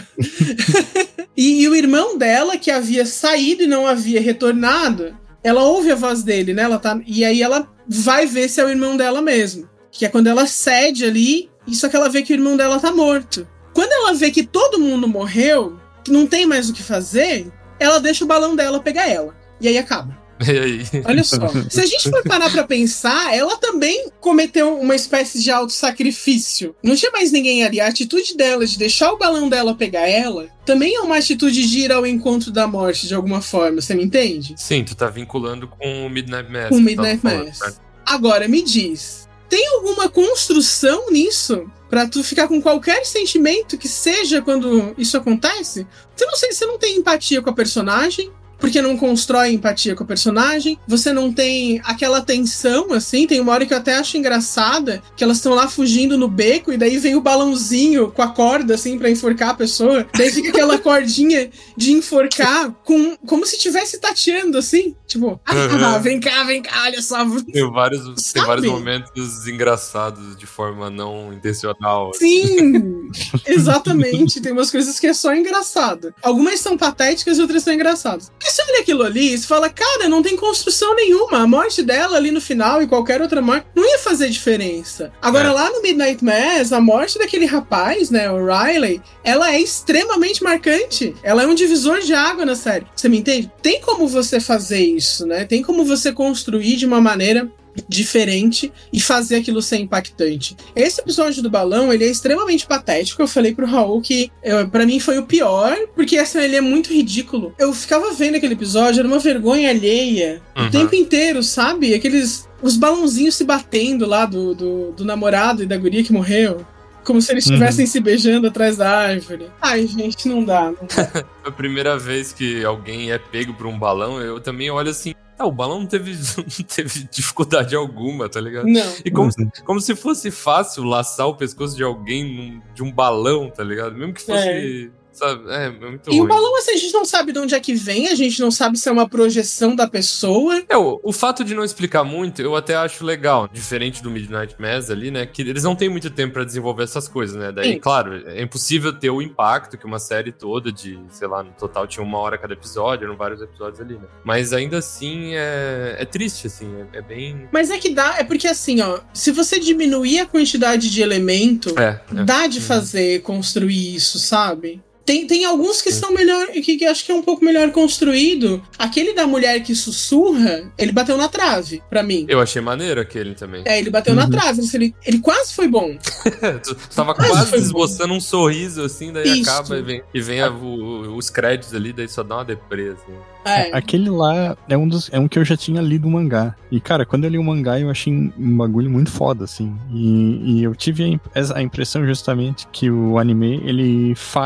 S3: E o irmão dela, que havia saído e não havia retornado, ela ouve a voz dele, né? E aí ela vai ver se é o irmão dela mesmo. Que é quando ela cede ali, só que ela vê que o irmão dela tá morto. Quando ela vê que todo mundo morreu, que não tem mais o que fazer, ela deixa o balão dela pegar ela. E aí acaba.
S1: E aí?
S3: Olha só, se a gente for parar pra pensar, ela também cometeu uma espécie de autossacrifício. Não tinha mais ninguém ali. A atitude dela de deixar o balão dela pegar ela também é uma atitude de ir ao encontro da morte de alguma forma, você me entende?
S1: Sim, tu tá vinculando com o Midnight Mass.
S3: Com o Midnight Mass. Agora, me diz, tem alguma construção nisso? Pra tu ficar com qualquer sentimento que seja quando isso acontece? Você não tem empatia com a personagem, porque não constrói empatia com a personagem. Você não tem aquela tensão, assim. Tem uma hora que eu até acho engraçada, que elas estão lá fugindo no beco, e daí vem o balãozinho com a corda, assim, pra enforcar a pessoa. Daí fica aquela cordinha de enforcar, como se estivesse tateando, assim. Tipo, vem cá, olha só.
S1: Tem vários momentos engraçados de forma não intencional.
S3: Sim, exatamente. Tem umas coisas que é só engraçado. Algumas são patéticas e outras são engraçadas. Porque você olha aquilo ali e você fala, cara, não tem construção nenhuma. A morte dela ali no final e qualquer outra morte não ia fazer diferença. Agora, lá no Midnight Mass, a morte daquele rapaz, né, o Riley, ela é extremamente marcante. Ela é um divisor de água na série. Você me entende? Tem como você fazer isso, né? Tem como você construir de uma maneira diferente e fazer aquilo ser impactante. Esse episódio do balão, ele é extremamente patético. Eu falei pro Raul que pra mim foi o pior, porque assim, ele é muito ridículo. Eu ficava vendo aquele episódio, era uma vergonha alheia o tempo inteiro, sabe? Os balãozinhos se batendo lá do namorado e da guria que morreu. Como se eles estivessem se beijando atrás da árvore. Ai, gente, não dá.
S1: A primeira vez que alguém é pego por um balão, eu também olho assim, o balão não teve dificuldade alguma, tá ligado?
S3: Não.
S1: E como se fosse fácil laçar o pescoço de alguém de um balão, tá ligado? Mesmo que fosse... Sabe? É muito ruim.
S3: E o balão, assim, a gente não sabe de onde é que vem, a gente não sabe se é uma projeção da pessoa.
S1: O fato de não explicar muito, eu até acho legal. Diferente do Midnight Mass ali, né? Que eles não têm muito tempo pra desenvolver essas coisas, né? Daí, claro, é impossível ter o impacto que uma série toda de, sei lá, no total tinha 1 hora cada episódio, eram vários episódios ali, né? Mas ainda assim, é triste, assim, é bem...
S3: Mas é que dá, é porque assim, ó, se você diminuir a quantidade de elemento, dá de fazer, construir isso, sabe? Tem alguns que são melhor, que acho que é um pouco melhor construído. Aquele da mulher que sussurra, ele bateu na trave, pra mim.
S1: Eu achei maneiro aquele também.
S3: Ele bateu na trave. Ele quase foi bom.
S1: Tu tava quase esboçando um sorriso, assim, daí acaba e vem os créditos ali, daí só dá uma deprê, assim.
S2: Aquele lá é um que eu já tinha lido o mangá. E, cara, quando eu li o mangá, eu achei um bagulho muito foda, assim. E eu tive a impressão justamente que o anime, ele falha em passar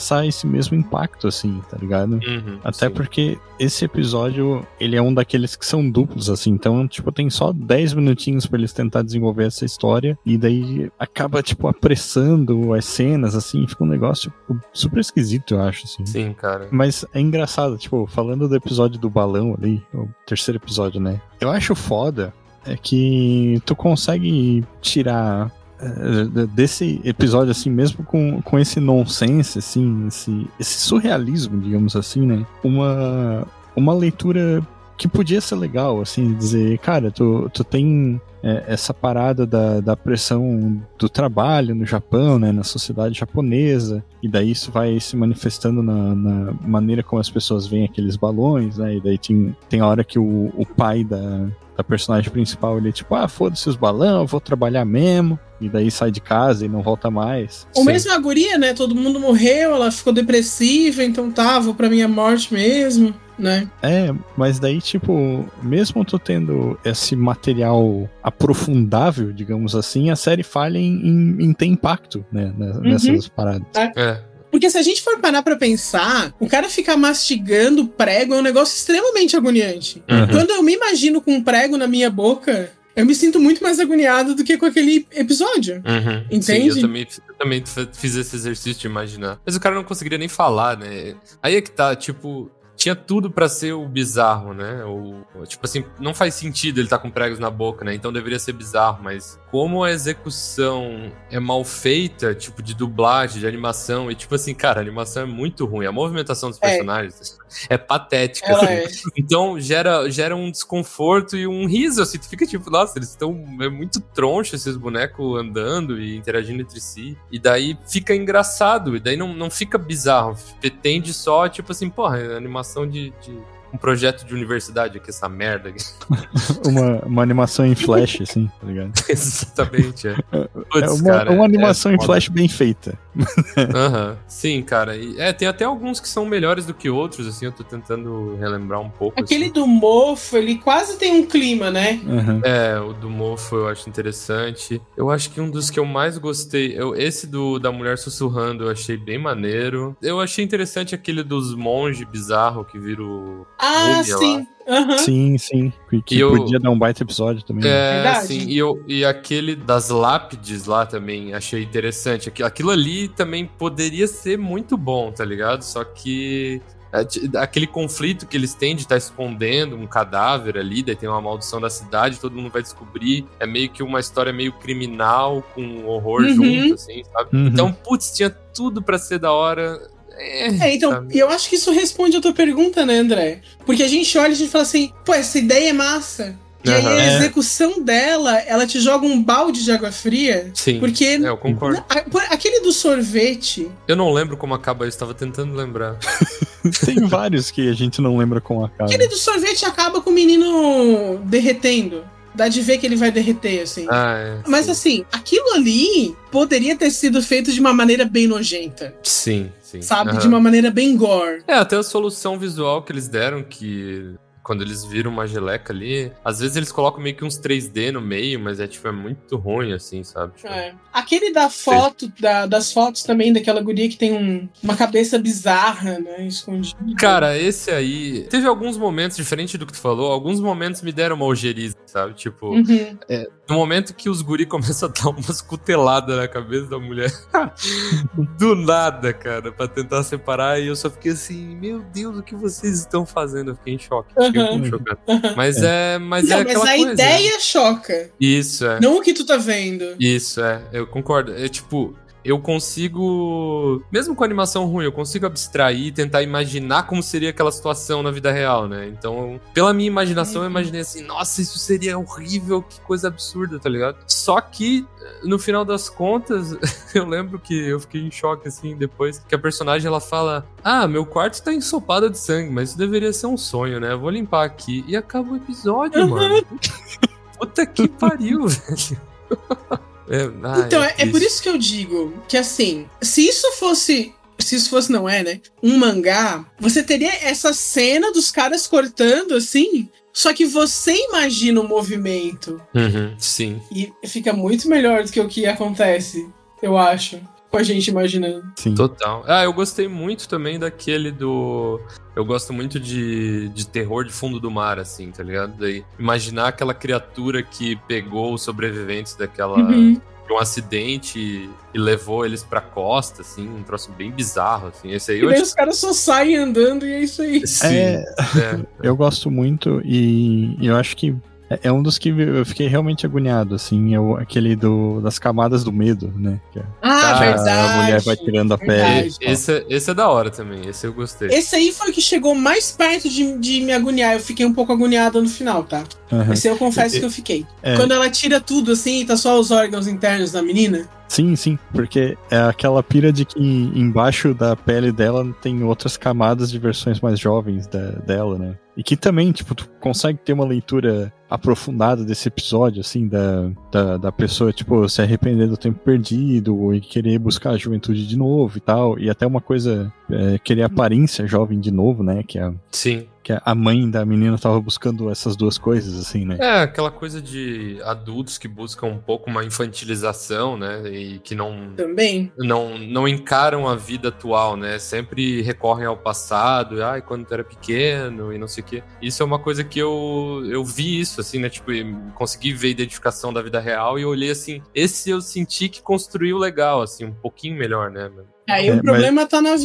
S2: passar esse mesmo impacto, assim, tá ligado? Até
S1: sim.
S2: porque esse episódio, ele é um daqueles que são duplos, assim, então, tipo, tem só 10 minutinhos pra eles tentar desenvolver essa história, e daí acaba, tipo, apressando as cenas, assim, fica um negócio super esquisito, eu acho, assim.
S1: Sim, cara.
S2: Mas é engraçado, tipo, falando do episódio do balão ali, o terceiro episódio, né? Eu acho foda é que tu consegue tirar desse episódio, assim, mesmo com esse nonsense, assim, esse surrealismo, digamos assim, né? Uma leitura que podia ser legal, assim, dizer, cara, tu tem essa parada da pressão do trabalho no Japão, né, na sociedade japonesa, e daí isso vai se manifestando na maneira como as pessoas veem aqueles balões, né, e daí tem a hora que o pai da personagem principal, ele é tipo, foda-se os balão, vou trabalhar mesmo, e daí sai de casa e não volta mais.
S3: Ou mesmo a guria, né, todo mundo morreu, ela ficou depressiva, então vou pra minha morte mesmo, né?
S2: Mas daí, tipo, mesmo tu tendo esse material aprofundável, digamos assim, a série falha em ter impacto, né, nessas paradas.
S3: Porque se a gente for parar pra pensar, o cara ficar mastigando prego é um negócio extremamente agoniante. Quando eu me imagino com um prego na minha boca, eu me sinto muito mais agoniado do que com aquele episódio. Entende?
S1: Sim, eu também fiz esse exercício de imaginar. Mas o cara não conseguiria nem falar, né? Aí é que tá, tipo... Tinha tudo pra ser o bizarro, né? Tipo assim, não faz sentido ele tá com pregos na boca, né? Então deveria ser bizarro, mas como a execução é mal feita, tipo, de dublagem, de animação, e tipo assim, cara, a animação é muito ruim, a movimentação dos personagens é patética, assim. Então gera um desconforto e um riso, assim, tu fica tipo, nossa, eles estão muito troncho, esses bonecos andando e interagindo entre si, e daí fica engraçado, e daí não fica bizarro, tende só, tipo assim, porra, a animação de um projeto de universidade aqui, essa merda aqui.
S2: uma animação em flash, assim, tá ligado?
S1: Exatamente,
S2: Puts, uma animação em flash bem feita.
S1: Sim, cara. E, tem até alguns que são melhores do que outros, assim, eu tô tentando relembrar um pouco.
S3: Aquele
S1: assim.
S3: do Mofo, ele quase tem um clima, né?
S1: O do Mofo eu acho interessante. Eu acho que um dos que eu mais gostei, esse da mulher sussurrando, eu achei bem maneiro. Eu achei interessante aquele dos monges bizarro que vira o
S3: sim.
S2: Sim. Que podia dar um baita episódio também.
S3: Verdade.
S1: Sim. E aquele das lápides lá também achei interessante. Aquilo ali também poderia ser muito bom, tá ligado? Só que aquele conflito que eles têm de estar escondendo um cadáver ali, daí tem uma maldição da cidade, todo mundo vai descobrir. É meio que uma história meio criminal, com horror junto, assim, sabe? Então, putz, tinha tudo pra ser da hora.
S3: Então, e eu acho que isso responde a tua pergunta, né, André? Porque a gente olha e a gente fala assim, pô, essa ideia é massa. E aí a execução dela, ela te joga um balde de água fria.
S1: Sim,
S3: porque
S1: eu concordo.
S3: Aquele do sorvete...
S1: Eu não lembro como acaba isso, tava tentando lembrar.
S2: Tem vários que a gente não lembra como acaba.
S3: Aquele do sorvete acaba com o menino derretendo. Dá de ver que ele vai derreter, assim. Mas assim, aquilo ali poderia ter sido feito de uma maneira bem nojenta.
S1: Sim.
S3: Sabe? De uma maneira bem gore.
S1: Até a solução visual que eles deram, que quando eles viram uma geleca ali, às vezes eles colocam meio que uns 3D no meio, mas é muito ruim, assim, sabe? Tipo,
S3: Aquele da foto, das fotos também, daquela guria que tem uma cabeça bizarra, né, escondida.
S1: Cara, esse aí, teve alguns momentos, diferente do que tu falou, alguns momentos me deram uma ojeriza, sabe? Tipo, no momento que os guri começam a dar umas cuteladas na cabeça da mulher, do nada, cara, pra tentar separar, e eu só fiquei assim, meu Deus, o que vocês estão fazendo? Eu fiquei em choque. Mas aquela
S3: a
S1: coisa,
S3: ideia choca.
S1: Isso,
S3: Não o que tu tá vendo.
S1: Isso, eu concordo. Tipo, eu consigo, mesmo com animação ruim, eu consigo abstrair e tentar imaginar como seria aquela situação na vida real, né? Então, pela minha imaginação, eu imaginei assim, nossa, isso seria horrível, que coisa absurda, tá ligado? Só que, no final das contas, eu lembro que eu fiquei em choque, assim, depois, que a personagem, ela fala, meu quarto tá ensopado de sangue, mas isso deveria ser um sonho, né? Eu vou limpar aqui. E acaba o episódio, mano. Puta que pariu, velho.
S3: Então, é por isso que eu digo que, assim, se isso fosse, não é, né? Um mangá, você teria essa cena dos caras cortando, assim, só que você imagina o movimento.
S1: Sim.
S3: E fica muito melhor do que o que acontece, eu acho. com a gente imaginando.
S2: Sim.
S1: Total. Eu gostei muito também daquele do... Eu gosto muito de terror de fundo do mar, assim, tá ligado? Daí, imaginar aquela criatura que pegou os sobreviventes daquela... de um acidente e levou eles pra costa, assim, um troço bem bizarro, assim. Esse aí
S3: E daí os caras só saem andando e é isso aí.
S1: Sim.
S2: Eu gosto muito e eu acho que é um dos que eu fiquei realmente agoniado, assim, aquele das camadas do medo, né?
S3: Verdade.
S2: A mulher vai tirando a pele.
S1: Esse é da hora também, esse eu gostei.
S3: Esse aí foi o que chegou mais perto de me agoniar. Eu fiquei um pouco agoniada no final, tá? Esse eu confesso que eu fiquei. Quando ela tira tudo, assim, e tá só os órgãos internos da menina.
S2: Sim, porque é aquela pira de que embaixo da pele dela tem outras camadas de versões mais jovens dela, né? E que também, tipo, tu consegue ter uma leitura aprofundada desse episódio, assim, da pessoa, tipo, se arrepender do tempo perdido e querer buscar a juventude de novo e tal. E até uma coisa, querer aparência jovem de novo, né?
S1: Sim.
S2: Que a mãe da menina tava buscando essas duas coisas, assim, né?
S1: Aquela coisa de adultos que buscam um pouco uma infantilização, né? E que
S3: Também.
S1: não encaram a vida atual, né? Sempre recorrem ao passado, quando tu era pequeno e não sei o quê. Isso é uma coisa que eu vi isso, assim, né? Tipo, consegui ver a identificação da vida real e eu olhei assim, esse eu senti que construiu legal, assim, um pouquinho melhor, né?
S3: O problema tá na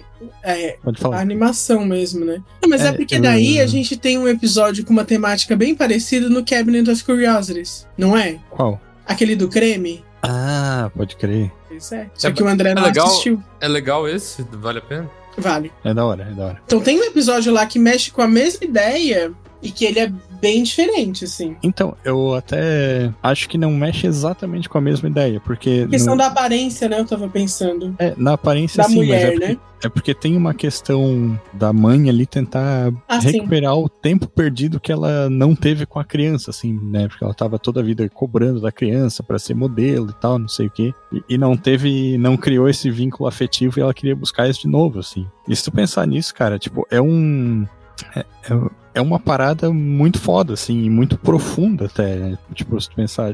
S2: Pode falar.
S3: a animação mesmo, né? Não, mas porque daí a gente tem um episódio com uma temática bem parecida no Cabinet of Curiosities, não é?
S2: Qual?
S3: Aquele do creme.
S2: Ah, pode crer.
S3: Pois é. Só que o André não assistiu.
S1: É legal esse? Vale a pena?
S3: Vale.
S2: É da hora.
S3: Então tem um episódio lá que mexe com a mesma ideia e que ele é bem diferente, assim.
S2: Então, eu até acho que não mexe exatamente com a mesma ideia, porque...
S3: A questão da aparência, né, eu tava pensando.
S2: Na aparência
S3: da
S2: sim,
S3: mulher,
S2: mas
S3: né?
S2: É porque tem uma questão da mãe ali tentar recuperar o tempo perdido que ela não teve com a criança, assim, né? Porque ela tava toda a vida cobrando da criança pra ser modelo e tal, não sei o quê. E não criou esse vínculo afetivo e ela queria buscar isso de novo, assim. E se tu pensar nisso, cara, tipo, é uma parada muito foda, assim, e muito profunda até, né? Tipo, se tu pensar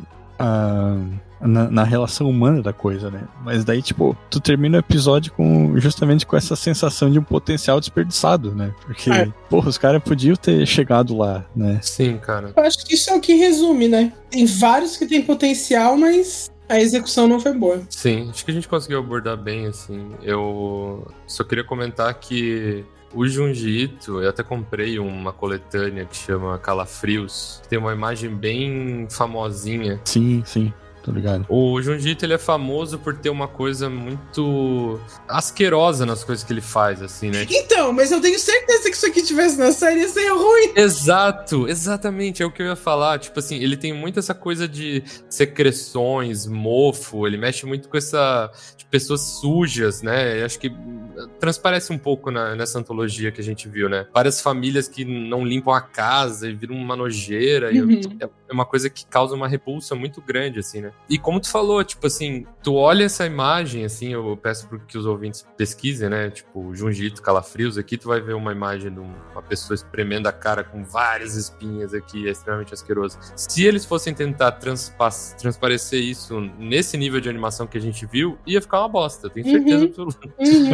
S2: na relação humana da coisa, né? Mas daí, tipo, tu termina o episódio justamente com essa sensação de um potencial desperdiçado, né? Porque, porra, os caras podiam ter chegado lá, né?
S1: Sim, cara.
S3: Eu acho que isso é o que resume, né? Tem vários que têm potencial, mas a execução não foi boa.
S1: Sim, acho que a gente conseguiu abordar bem, assim. Eu só queria comentar que o Junji Ito, eu até comprei uma coletânea que chama Calafrios, que tem uma imagem bem famosinha.
S2: Sim, tô ligado.
S1: O Junji Ito, ele é famoso por ter uma coisa muito asquerosa nas coisas que ele faz, assim, né?
S3: Então, mas eu tenho certeza que isso aqui tivesse na série ia ser ruim.
S1: Exatamente, é o que eu ia falar. Tipo assim, ele tem muito essa coisa de secreções, mofo, ele mexe muito com essa... de pessoas sujas, né? Eu acho que transparece um pouco nessa antologia que a gente viu, né? Várias famílias que não limpam a casa e viram uma nojeira. É uma coisa que causa uma repulsa muito grande, assim, né? E como tu falou, tipo assim, tu olha essa imagem, assim, eu peço que os ouvintes pesquisem, né? Tipo, Junji Ito, Calafrios, aqui tu vai ver uma imagem de uma pessoa espremendo a cara com várias espinhas aqui, é extremamente asqueroso. Se eles fossem tentar transparecer isso nesse nível de animação que a gente viu, ia ficar uma bosta, tenho certeza absoluta.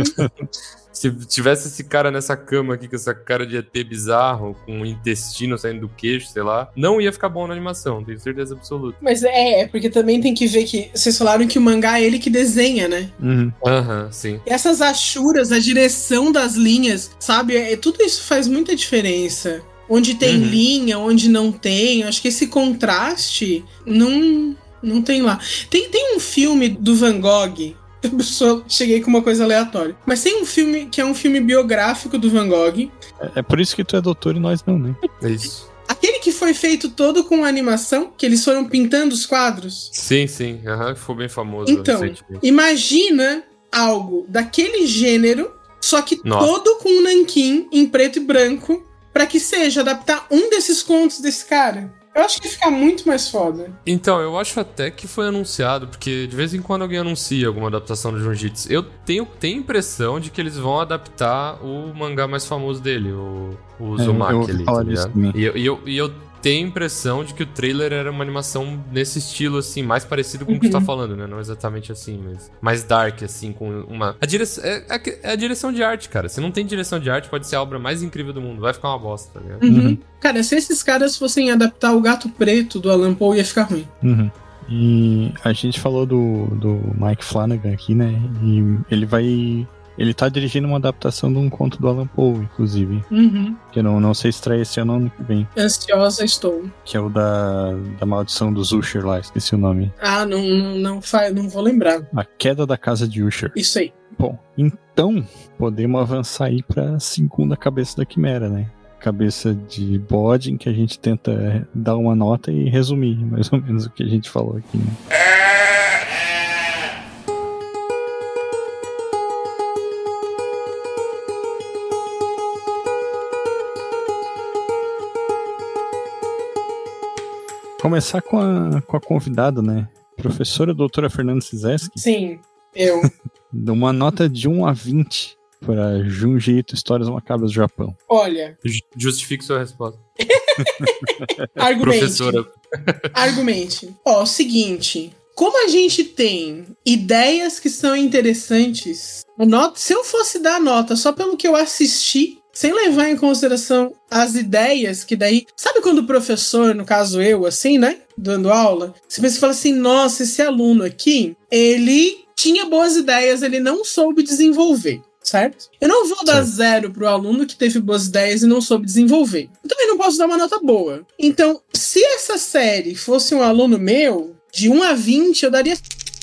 S1: Se tivesse esse cara nessa cama aqui, com essa cara de ET bizarro, com o intestino saindo do queixo, sei lá, não ia ficar bom na animação, tenho certeza absoluta.
S3: Mas porque também tem que ver que vocês falaram que o mangá é ele que desenha, né?
S1: Sim.
S3: E essas achuras, a direção das linhas, sabe? Tudo isso faz muita diferença. Onde tem linha, onde não tem. Eu acho que esse contraste não tem lá. Tem um filme do Van Gogh. Eu só cheguei com uma coisa aleatória. Mas tem um filme que é um filme biográfico do Van Gogh.
S2: É por isso que tu é doutor e nós não, né?
S1: É isso.
S3: Aquele que foi feito todo com animação, que eles foram pintando os quadros.
S1: Sim. Ficou bem famoso.
S3: Então, imagina algo daquele gênero, só que todo com um nanquim em preto e branco, pra que seja adaptar um desses contos desse cara. Eu acho que ia ficar muito mais foda.
S1: Então, eu acho até que foi anunciado, porque de vez em quando alguém anuncia alguma adaptação do Jujutsu. Eu tenho impressão de que eles vão adaptar o mangá mais famoso dele, o Uzumaki ali, tá ligado? E eu tem a impressão de que o trailer era uma animação nesse estilo, assim, mais parecido com o que você tá falando, né? Não exatamente assim, mas mais dark, assim, com uma... É a direção de arte, cara. Se não tem direção de arte, pode ser a obra mais incrível do mundo. Vai ficar uma bosta, tá ligado?
S3: Cara, se esses caras fossem adaptar o Gato Preto do Alan Poe, ia ficar ruim.
S2: E a gente falou do Mike Flanagan aqui, né? E ele tá dirigindo uma adaptação de um conto do Alan Poe, inclusive. Que eu não sei se trai esse ano que vem.
S3: Ansiosa estou.
S2: Que é o da maldição dos Usher lá, esqueci o nome.
S3: Ah, não vou lembrar.
S2: A Queda da Casa de Usher.
S3: Isso aí.
S2: Bom, então podemos avançar aí pra segunda cabeça da Quimera, né? Cabeça de bode, em que a gente tenta dar uma nota e resumir mais ou menos o que a gente falou aqui, né? Começar com a convidada, né? Professora doutora Fernanda Cizeski.
S3: Sim, eu.
S2: Dá uma nota de 1 a 20 para Junji Ito, Histórias Macabras do Japão.
S3: Olha.
S1: Justifique sua resposta.
S3: Argumente.
S1: Professora.
S3: Argumente. Ó, seguinte. Como a gente tem ideias que são interessantes, se eu fosse dar nota só pelo que eu assisti, sem levar em consideração as ideias que daí... Sabe quando o professor, no caso eu, assim, né? Dando aula, você pensa e fala assim, nossa, esse aluno aqui, ele tinha boas ideias, ele não soube desenvolver, certo? Eu não vou dar 0 pro aluno que teve boas ideias e não soube desenvolver. Eu também não posso dar uma nota boa. Então, se essa série fosse um aluno meu, de 1 a 20, eu daria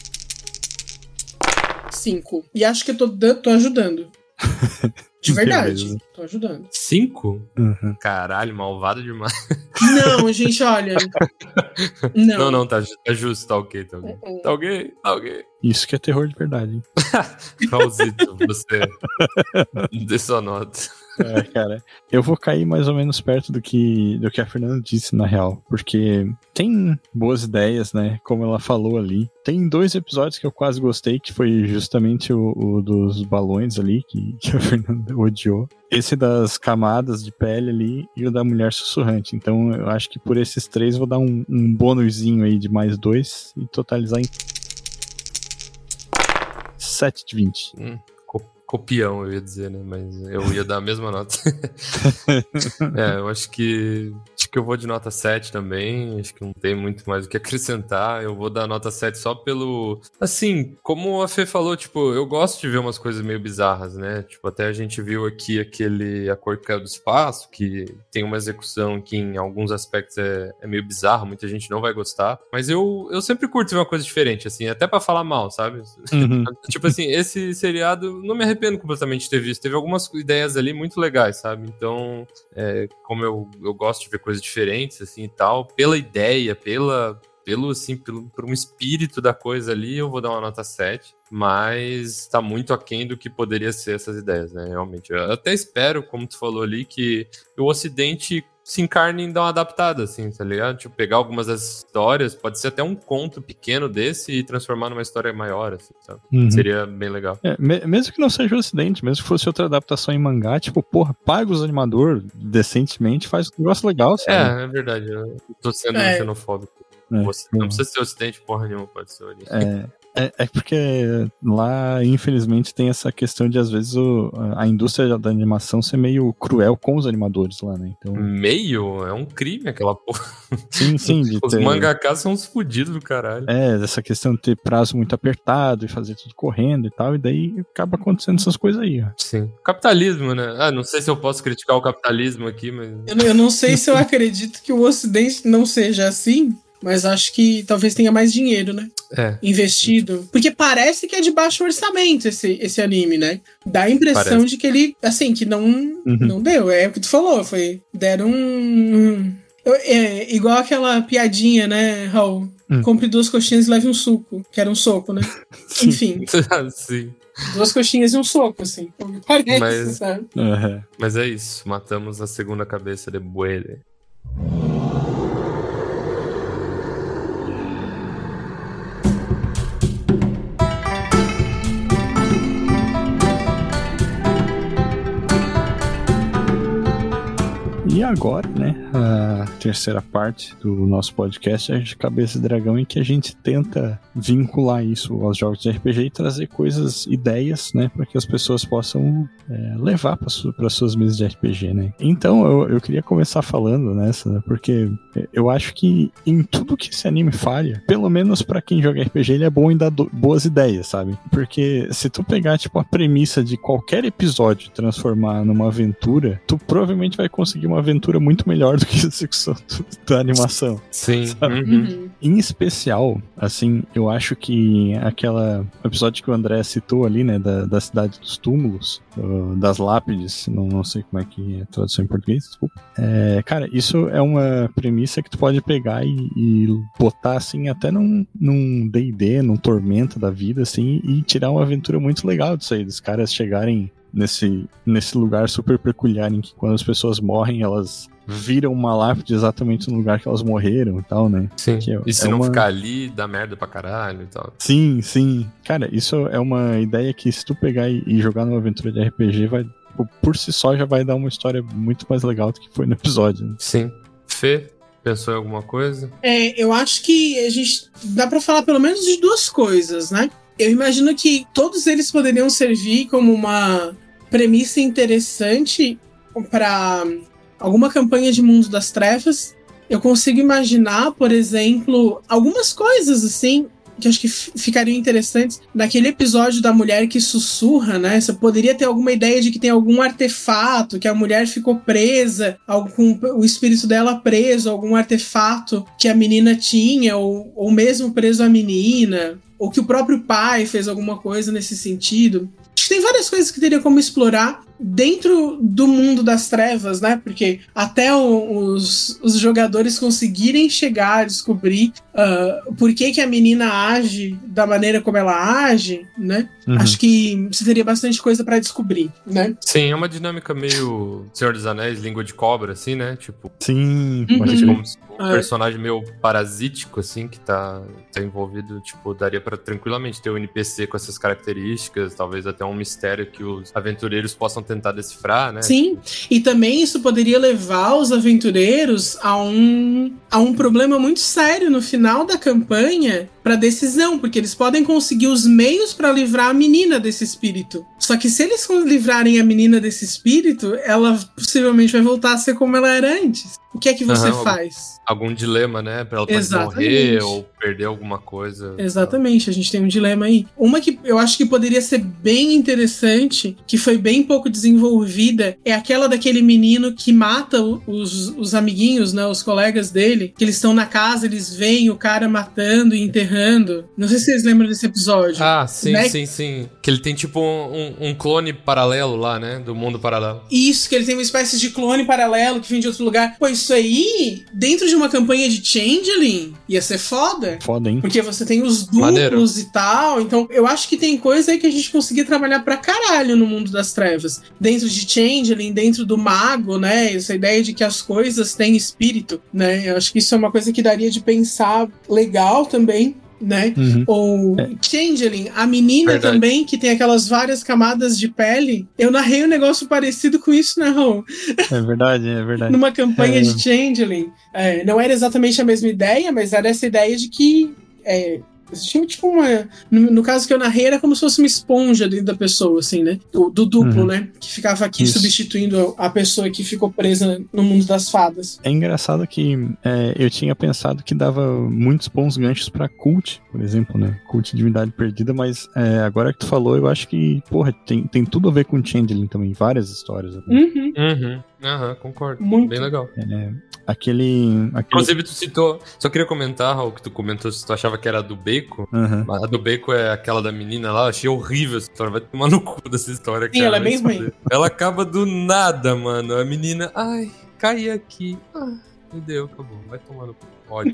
S3: 5. E acho que eu tô ajudando. De verdade.
S2: Beleza.
S3: Tô ajudando.
S1: 5? Caralho, malvado demais.
S3: Não, gente, olha. Não,
S1: tá justo, tá ok. Tá ok.
S2: Isso que é terror de verdade, hein?
S1: Raulzito, você dê sua nota.
S2: Cara, eu vou cair mais ou menos perto do que a Fernanda disse, na real, porque tem boas ideias, né, como ela falou ali. Tem 2 episódios que eu quase gostei, que foi justamente o dos balões ali, que a Fernanda odiou. Esse das camadas de pele ali e o da mulher sussurrante. Então eu acho que por esses 3 vou dar um bônusinho aí de mais 2 e totalizar em 7 de 20.
S1: Copião, eu ia dizer, né? Mas eu ia dar a mesma nota. Eu acho que eu vou de nota 7 também. Acho que não tem muito mais o que acrescentar. Eu vou dar nota 7 só pelo... Assim, como a Fê falou, tipo, eu gosto de ver umas coisas meio bizarras, né? Tipo, até a gente viu aqui A Cor que Caiu do Espaço, que tem uma execução que em alguns aspectos é meio bizarra, muita gente não vai gostar. Mas eu sempre curto ver uma coisa diferente, assim, até pra falar mal, sabe? Tipo assim, esse seriado não me arrependo completamente de ter visto. Teve algumas ideias ali muito legais, sabe? Então, como eu gosto de ver coisas diferentes, assim, e tal, pela ideia, por um espírito da coisa ali, eu vou dar uma nota 7, mas tá muito aquém do que poderia ser essas ideias, né? Realmente. Eu até espero, como tu falou ali, que o Ocidente se encarne em dar uma adaptada, assim, tá ligado? Tipo, pegar algumas das histórias, pode ser até um conto pequeno desse e transformar numa história maior, assim, sabe? Seria bem legal.
S2: Mesmo que não seja o Ocidente, mesmo que fosse outra adaptação em mangá, tipo, porra, paga os animadores decentemente, faz um negócio legal, sabe?
S1: É verdade. Eu tô sendo xenofóbico. Não precisa ser Ocidente, porra nenhuma, pode ser Oriente.
S2: É porque lá, infelizmente, tem essa questão de, às vezes, a indústria da animação ser meio cruel com os animadores lá, né? Então...
S1: Meio? É um crime aquela porra.
S2: Sim.
S1: Os mangakas são uns fodidos do caralho.
S2: Essa questão de ter prazo muito apertado e fazer tudo correndo e tal, e daí acaba acontecendo essas coisas aí, ó.
S1: Sim. Capitalismo, né? Não sei se eu posso criticar o capitalismo aqui, mas...
S3: Eu não sei se eu acredito que o Ocidente não seja assim, mas acho que talvez tenha mais dinheiro, né? Investido. Porque parece que é de baixo orçamento esse anime, né? Dá a impressão de que ele, assim, que não deu. É o que tu falou, deram igual aquela piadinha, né, Raul? Compre 2 coxinhas e leve um suco. Que era um soco, né? Enfim.
S1: Sim.
S3: 2 coxinhas e um soco, assim. Parece, sabe?
S1: Mas é isso. Matamos a segunda cabeça de Buele.
S2: E agora, né, a terceira parte do nosso podcast é de Cabeça de Dragão, em que a gente tenta vincular isso aos jogos de RPG e trazer coisas, ideias, né, para que as pessoas possam levar para suas mesas de RPG, né. Então, eu queria começar falando nessa, né, porque eu acho que em tudo que esse anime falha, pelo menos para quem joga RPG, ele é bom em dar boas ideias, sabe? Porque se tu pegar, tipo, a premissa de qualquer episódio e transformar numa aventura, tu provavelmente vai conseguir uma aventura muito melhor do que a execução da animação.
S1: Sim.
S3: Uhum.
S2: Em especial, assim, eu acho que aquele episódio que o André citou ali, né, da Cidade dos Túmulos, das lápides, não sei como é que é a tradução em português, desculpa. Cara, isso é uma premissa que tu pode pegar e botar, assim, até num D&D, num Tormenta da vida, assim, e tirar uma aventura muito legal disso aí, dos caras chegarem nesse lugar super peculiar em que quando as pessoas morrem, elas viram uma lápide exatamente no lugar que elas morreram e tal, né?
S1: Sim. E se não ficar ali, dá merda pra caralho e tal.
S2: Sim, sim. Cara, isso é uma ideia que se tu pegar e jogar numa aventura de RPG, vai, por si só já vai dar uma história muito mais legal do que foi no episódio. Né?
S1: Sim. Fê, pensou em alguma coisa?
S3: Eu acho que a gente dá pra falar pelo menos de duas coisas, né? Eu imagino que todos eles poderiam servir como uma premissa interessante para alguma campanha de Mundo das Trevas. Eu consigo imaginar, por exemplo, algumas coisas assim que acho que ficariam interessantes. Naquele episódio da mulher que sussurra, né? Você poderia ter alguma ideia de que tem algum artefato, que a mulher ficou presa, com o espírito dela preso, algum artefato que a menina tinha, ou mesmo preso a menina, ou que o próprio pai fez alguma coisa nesse sentido. Acho que tem várias coisas que teria como explorar dentro do mundo das trevas, né? Porque até os jogadores conseguirem chegar a descobrir por que a menina age da maneira como ela age, né?
S2: Uhum.
S3: Acho que você teria bastante coisa pra descobrir, né?
S1: Sim, é uma dinâmica meio Senhor dos Anéis, língua de cobra, assim, né? Tipo,
S2: sim,
S1: como um personagem meio parasítico, assim, que tá envolvido, tipo, daria pra tranquilamente ter um NPC com essas características, talvez até um mistério que os aventureiros possam tentar decifrar, né?
S3: Sim, e também isso poderia levar os aventureiros a um problema muito sério no final da campanha para decisão, porque eles podem conseguir os meios para livrar a menina desse espírito. Só que se eles livrarem a menina desse espírito, ela possivelmente vai voltar a ser como ela era antes. O que é que você faz?
S1: Algum dilema, né? Pra ela pode morrer ou perder alguma coisa.
S3: Exatamente, a gente tem um dilema aí. Uma que eu acho que poderia ser bem interessante, que foi bem pouco desenvolvida, é aquela daquele menino que mata os amiguinhos, né? Os colegas dele, que eles estão na casa, eles veem o cara matando e enterrando. Não sei se vocês lembram desse episódio.
S1: Ah, sim,
S3: né?
S1: sim. Que ele tem tipo um clone paralelo lá, né? Do mundo paralelo.
S3: Isso, que ele tem uma espécie de clone paralelo que vem de outro lugar. Pô, isso aí, dentro de uma campanha de Changeling, ia ser foda.
S2: Foda, hein?
S3: Porque você tem os duplos
S1: Maneiro.
S3: E tal. Então, eu acho que tem coisa aí que a gente conseguia trabalhar pra caralho no mundo das trevas. Dentro de Changeling, dentro do mago, né? Essa ideia de que as coisas têm espírito, né? Eu acho que isso é uma coisa que daria de pensar legal também. Né?
S2: Uhum.
S3: Ou Changeling, a menina
S1: Verdade.
S3: também, que tem aquelas várias camadas de pele. Eu narrei um negócio parecido com isso, né, Raul?
S2: É verdade.
S3: Numa campanha de Changeling. Não era exatamente a mesma ideia, mas era essa ideia de que existia tipo uma... No caso que eu narrei, era como se fosse uma esponja dentro da pessoa, assim, né? Do duplo, né? Que ficava aqui substituindo a pessoa que ficou presa no mundo das fadas.
S2: É engraçado que eu tinha pensado que dava muitos bons ganchos pra Cult, por exemplo, né? Cult Divindade Perdida, mas agora que tu falou, eu acho que, porra, tem tudo a ver com Changeling também, várias histórias.
S1: Concordo.
S3: Muito.
S1: Bem legal.
S2: Aquele...
S1: Inclusive, tu citou... Só queria comentar, Raul, que tu comentou se tu achava que era a do Bacon. A do Bacon é aquela da menina lá. Eu achei horrível essa história. Vai tomar no cu dessa história.
S3: Sim, ela é bem ruim.
S1: Ela acaba do nada, mano. A menina... Ai, caí aqui. Me deu, acabou. Vai tomar no cu. Ódio.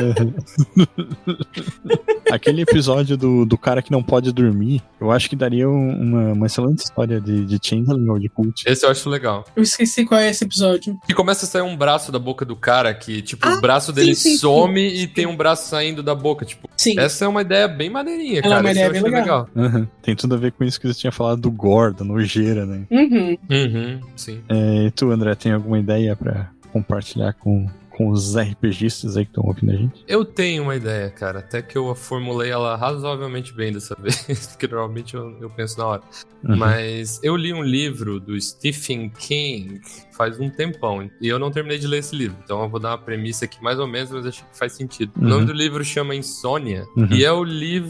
S2: Aquele episódio do cara que não pode dormir, eu acho que daria uma excelente história de Changeling ou de Cult.
S1: Esse eu acho legal.
S3: Eu esqueci qual é esse episódio.
S1: Que começa a sair um braço da boca do cara que, tipo, o braço dele some e tem um braço saindo da boca, tipo...
S3: Sim.
S1: Essa é uma ideia bem maneirinha,
S3: Ela
S1: cara.
S3: é uma ideia
S1: eu
S3: bem
S1: achei
S3: legal.
S2: Tem tudo a ver com isso que você tinha falado do gore, da nojeira, né?
S1: Sim.
S2: E tu, André, tem alguma ideia pra compartilhar com os RPGistas aí que estão ouvindo a gente?
S1: Eu tenho uma ideia, cara. Até que eu formulei ela razoavelmente bem dessa vez, porque normalmente eu penso na hora. Mas eu li um livro do Stephen King faz um tempão, e eu não terminei de ler esse livro. Então eu vou dar uma premissa aqui mais ou menos, mas acho que faz sentido. O nome do livro chama Insônia, e é o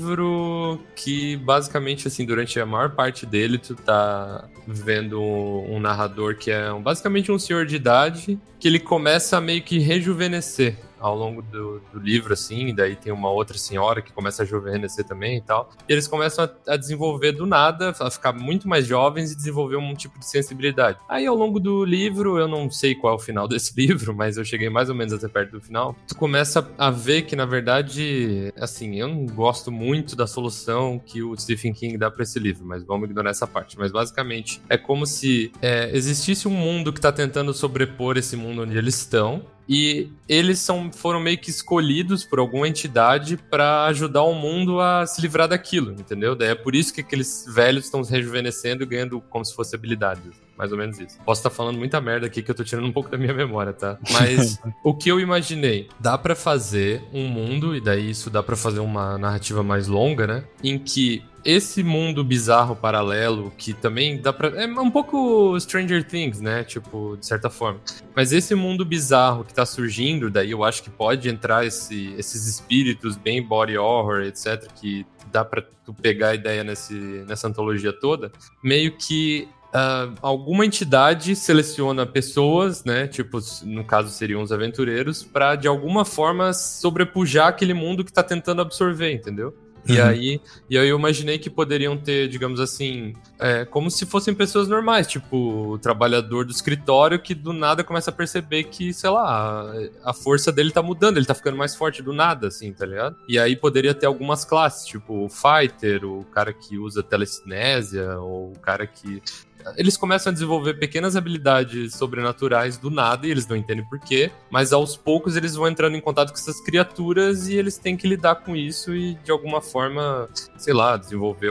S1: livro que basicamente, assim, durante a maior parte dele, tu tá vendo um narrador que é basicamente um senhor de idade, que ele começa a meio que rejuvenescer ao longo do livro, assim, e daí tem uma outra senhora que começa a rejuvenescer também e tal. E eles começam a desenvolver do nada, a ficar muito mais jovens e desenvolver um tipo de sensibilidade. Aí, ao longo do livro, eu não sei qual é o final desse livro, mas eu cheguei mais ou menos até perto do final, tu começa a ver que, na verdade, assim, eu não gosto muito da solução que o Stephen King dá pra esse livro, mas vamos ignorar essa parte. Mas, basicamente, é como se existisse um mundo que tá tentando sobrepor esse mundo onde eles estão, e eles foram meio que escolhidos por alguma entidade pra ajudar o mundo a se livrar daquilo, entendeu? Daí é por isso que aqueles velhos estão se rejuvenescendo e ganhando como se fosse habilidades. Mais ou menos isso. Posso estar falando muita merda aqui que eu tô tirando um pouco da minha memória, tá? Mas o que eu imaginei? Dá pra fazer um mundo, e daí isso dá pra fazer uma narrativa mais longa, né? Em que esse mundo bizarro paralelo, que também dá pra... É um pouco Stranger Things, né? Tipo, de certa forma. Mas esse mundo bizarro que tá surgindo, daí eu acho que pode entrar esses espíritos bem body horror, etc., que dá pra tu pegar a ideia nessa antologia toda, meio que alguma entidade seleciona pessoas, né? Tipo, no caso seriam os aventureiros, pra de alguma forma sobrepujar aquele mundo que tá tentando absorver, entendeu? E aí eu imaginei que poderiam ter, digamos assim, como se fossem pessoas normais, tipo o trabalhador do escritório que do nada começa a perceber que, sei lá, a força dele tá mudando, ele tá ficando mais forte do nada, assim, tá ligado? E aí poderia ter algumas classes, tipo o fighter, o cara que usa telecinésia, ou o cara que... Eles começam a desenvolver pequenas habilidades sobrenaturais do nada e eles não entendem por quê, mas aos poucos eles vão entrando em contato com essas criaturas e eles têm que lidar com isso e de alguma forma, sei lá, desenvolver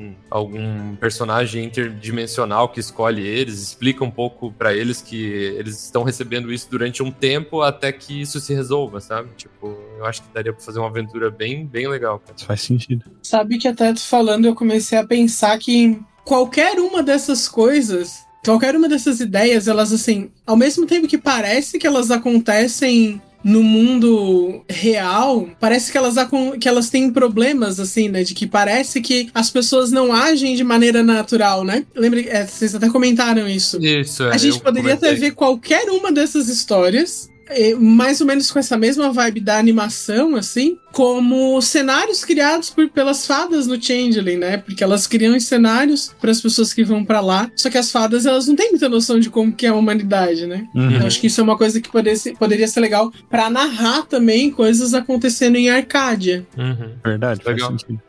S1: algum personagem interdimensional que escolhe eles, explica um pouco pra eles que eles estão recebendo isso durante um tempo até que isso se resolva, sabe? Tipo, eu acho que daria pra fazer uma aventura bem, bem legal, cara.
S2: Isso faz sentido.
S3: Sabe que até tu falando, eu comecei a pensar que qualquer uma dessas coisas, qualquer uma dessas ideias, elas assim, ao mesmo tempo que parece que elas acontecem no mundo real, parece que elas têm problemas, assim, né? De que parece que as pessoas não agem de maneira natural, né? Lembra, vocês até comentaram isso.
S1: Isso,
S3: a gente poderia até ver qualquer uma dessas histórias, mais ou menos com essa mesma vibe da animação, assim, como cenários criados pelas fadas no Changeling, né? Porque elas criam cenários para as pessoas que vão para lá, só que as fadas, elas não têm muita noção de como que é a humanidade, né? Eu acho que isso é uma coisa que poderia ser legal para narrar também coisas acontecendo em Arcádia.
S2: Verdade, legal. Faz sentido.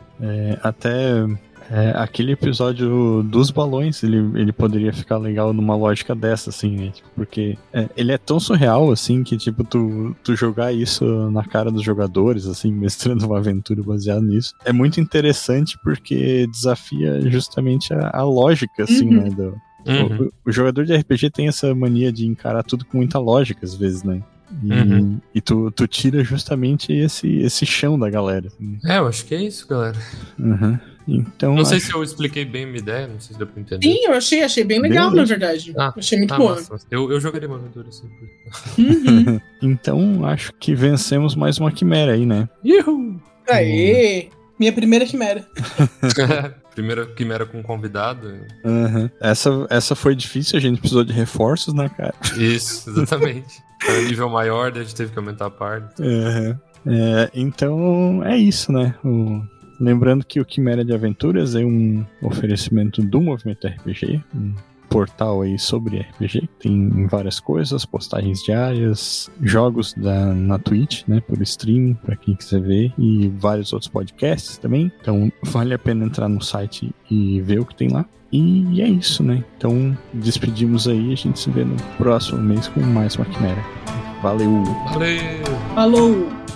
S2: Aquele episódio dos balões, ele poderia ficar legal numa lógica dessa, assim, né? Tipo, porque ele é tão surreal, assim, que, tipo, tu jogar isso na cara dos jogadores, assim, mestrando uma aventura baseada nisso, é muito interessante porque desafia justamente a lógica, assim, né? O jogador de RPG tem essa mania de encarar tudo com muita lógica, às vezes, né? E tu tira justamente esse chão da galera. Assim.
S1: Eu acho que é isso, galera.
S2: Então,
S1: não sei se eu expliquei bem a minha ideia, não sei se deu pra entender.
S3: Sim, eu achei bem legal, na verdade. Achei muito boa.
S1: Massa. Eu jogaria uma aventura assim.
S2: Então, acho que vencemos mais uma quimera aí, né?
S1: Yuhu!
S3: Aê! Minha primeira quimera.
S1: Primeira quimera com convidado.
S2: Essa foi difícil, a gente precisou de reforços, né, cara?
S1: Isso, exatamente. Para nível maior, a gente teve que aumentar a parte.
S2: Então, é isso, né? Lembrando que o Quimera de Aventuras é um oferecimento do Movimento RPG, um portal aí sobre RPG, tem várias coisas, postagens diárias, jogos na Twitch, né, por stream, pra quem quiser ver, e vários outros podcasts também, então vale a pena entrar no site e ver o que tem lá. E é isso, né? Então despedimos aí, a gente se vê no próximo mês com mais uma Quimera. Valeu!
S1: Valeu!
S3: Falou!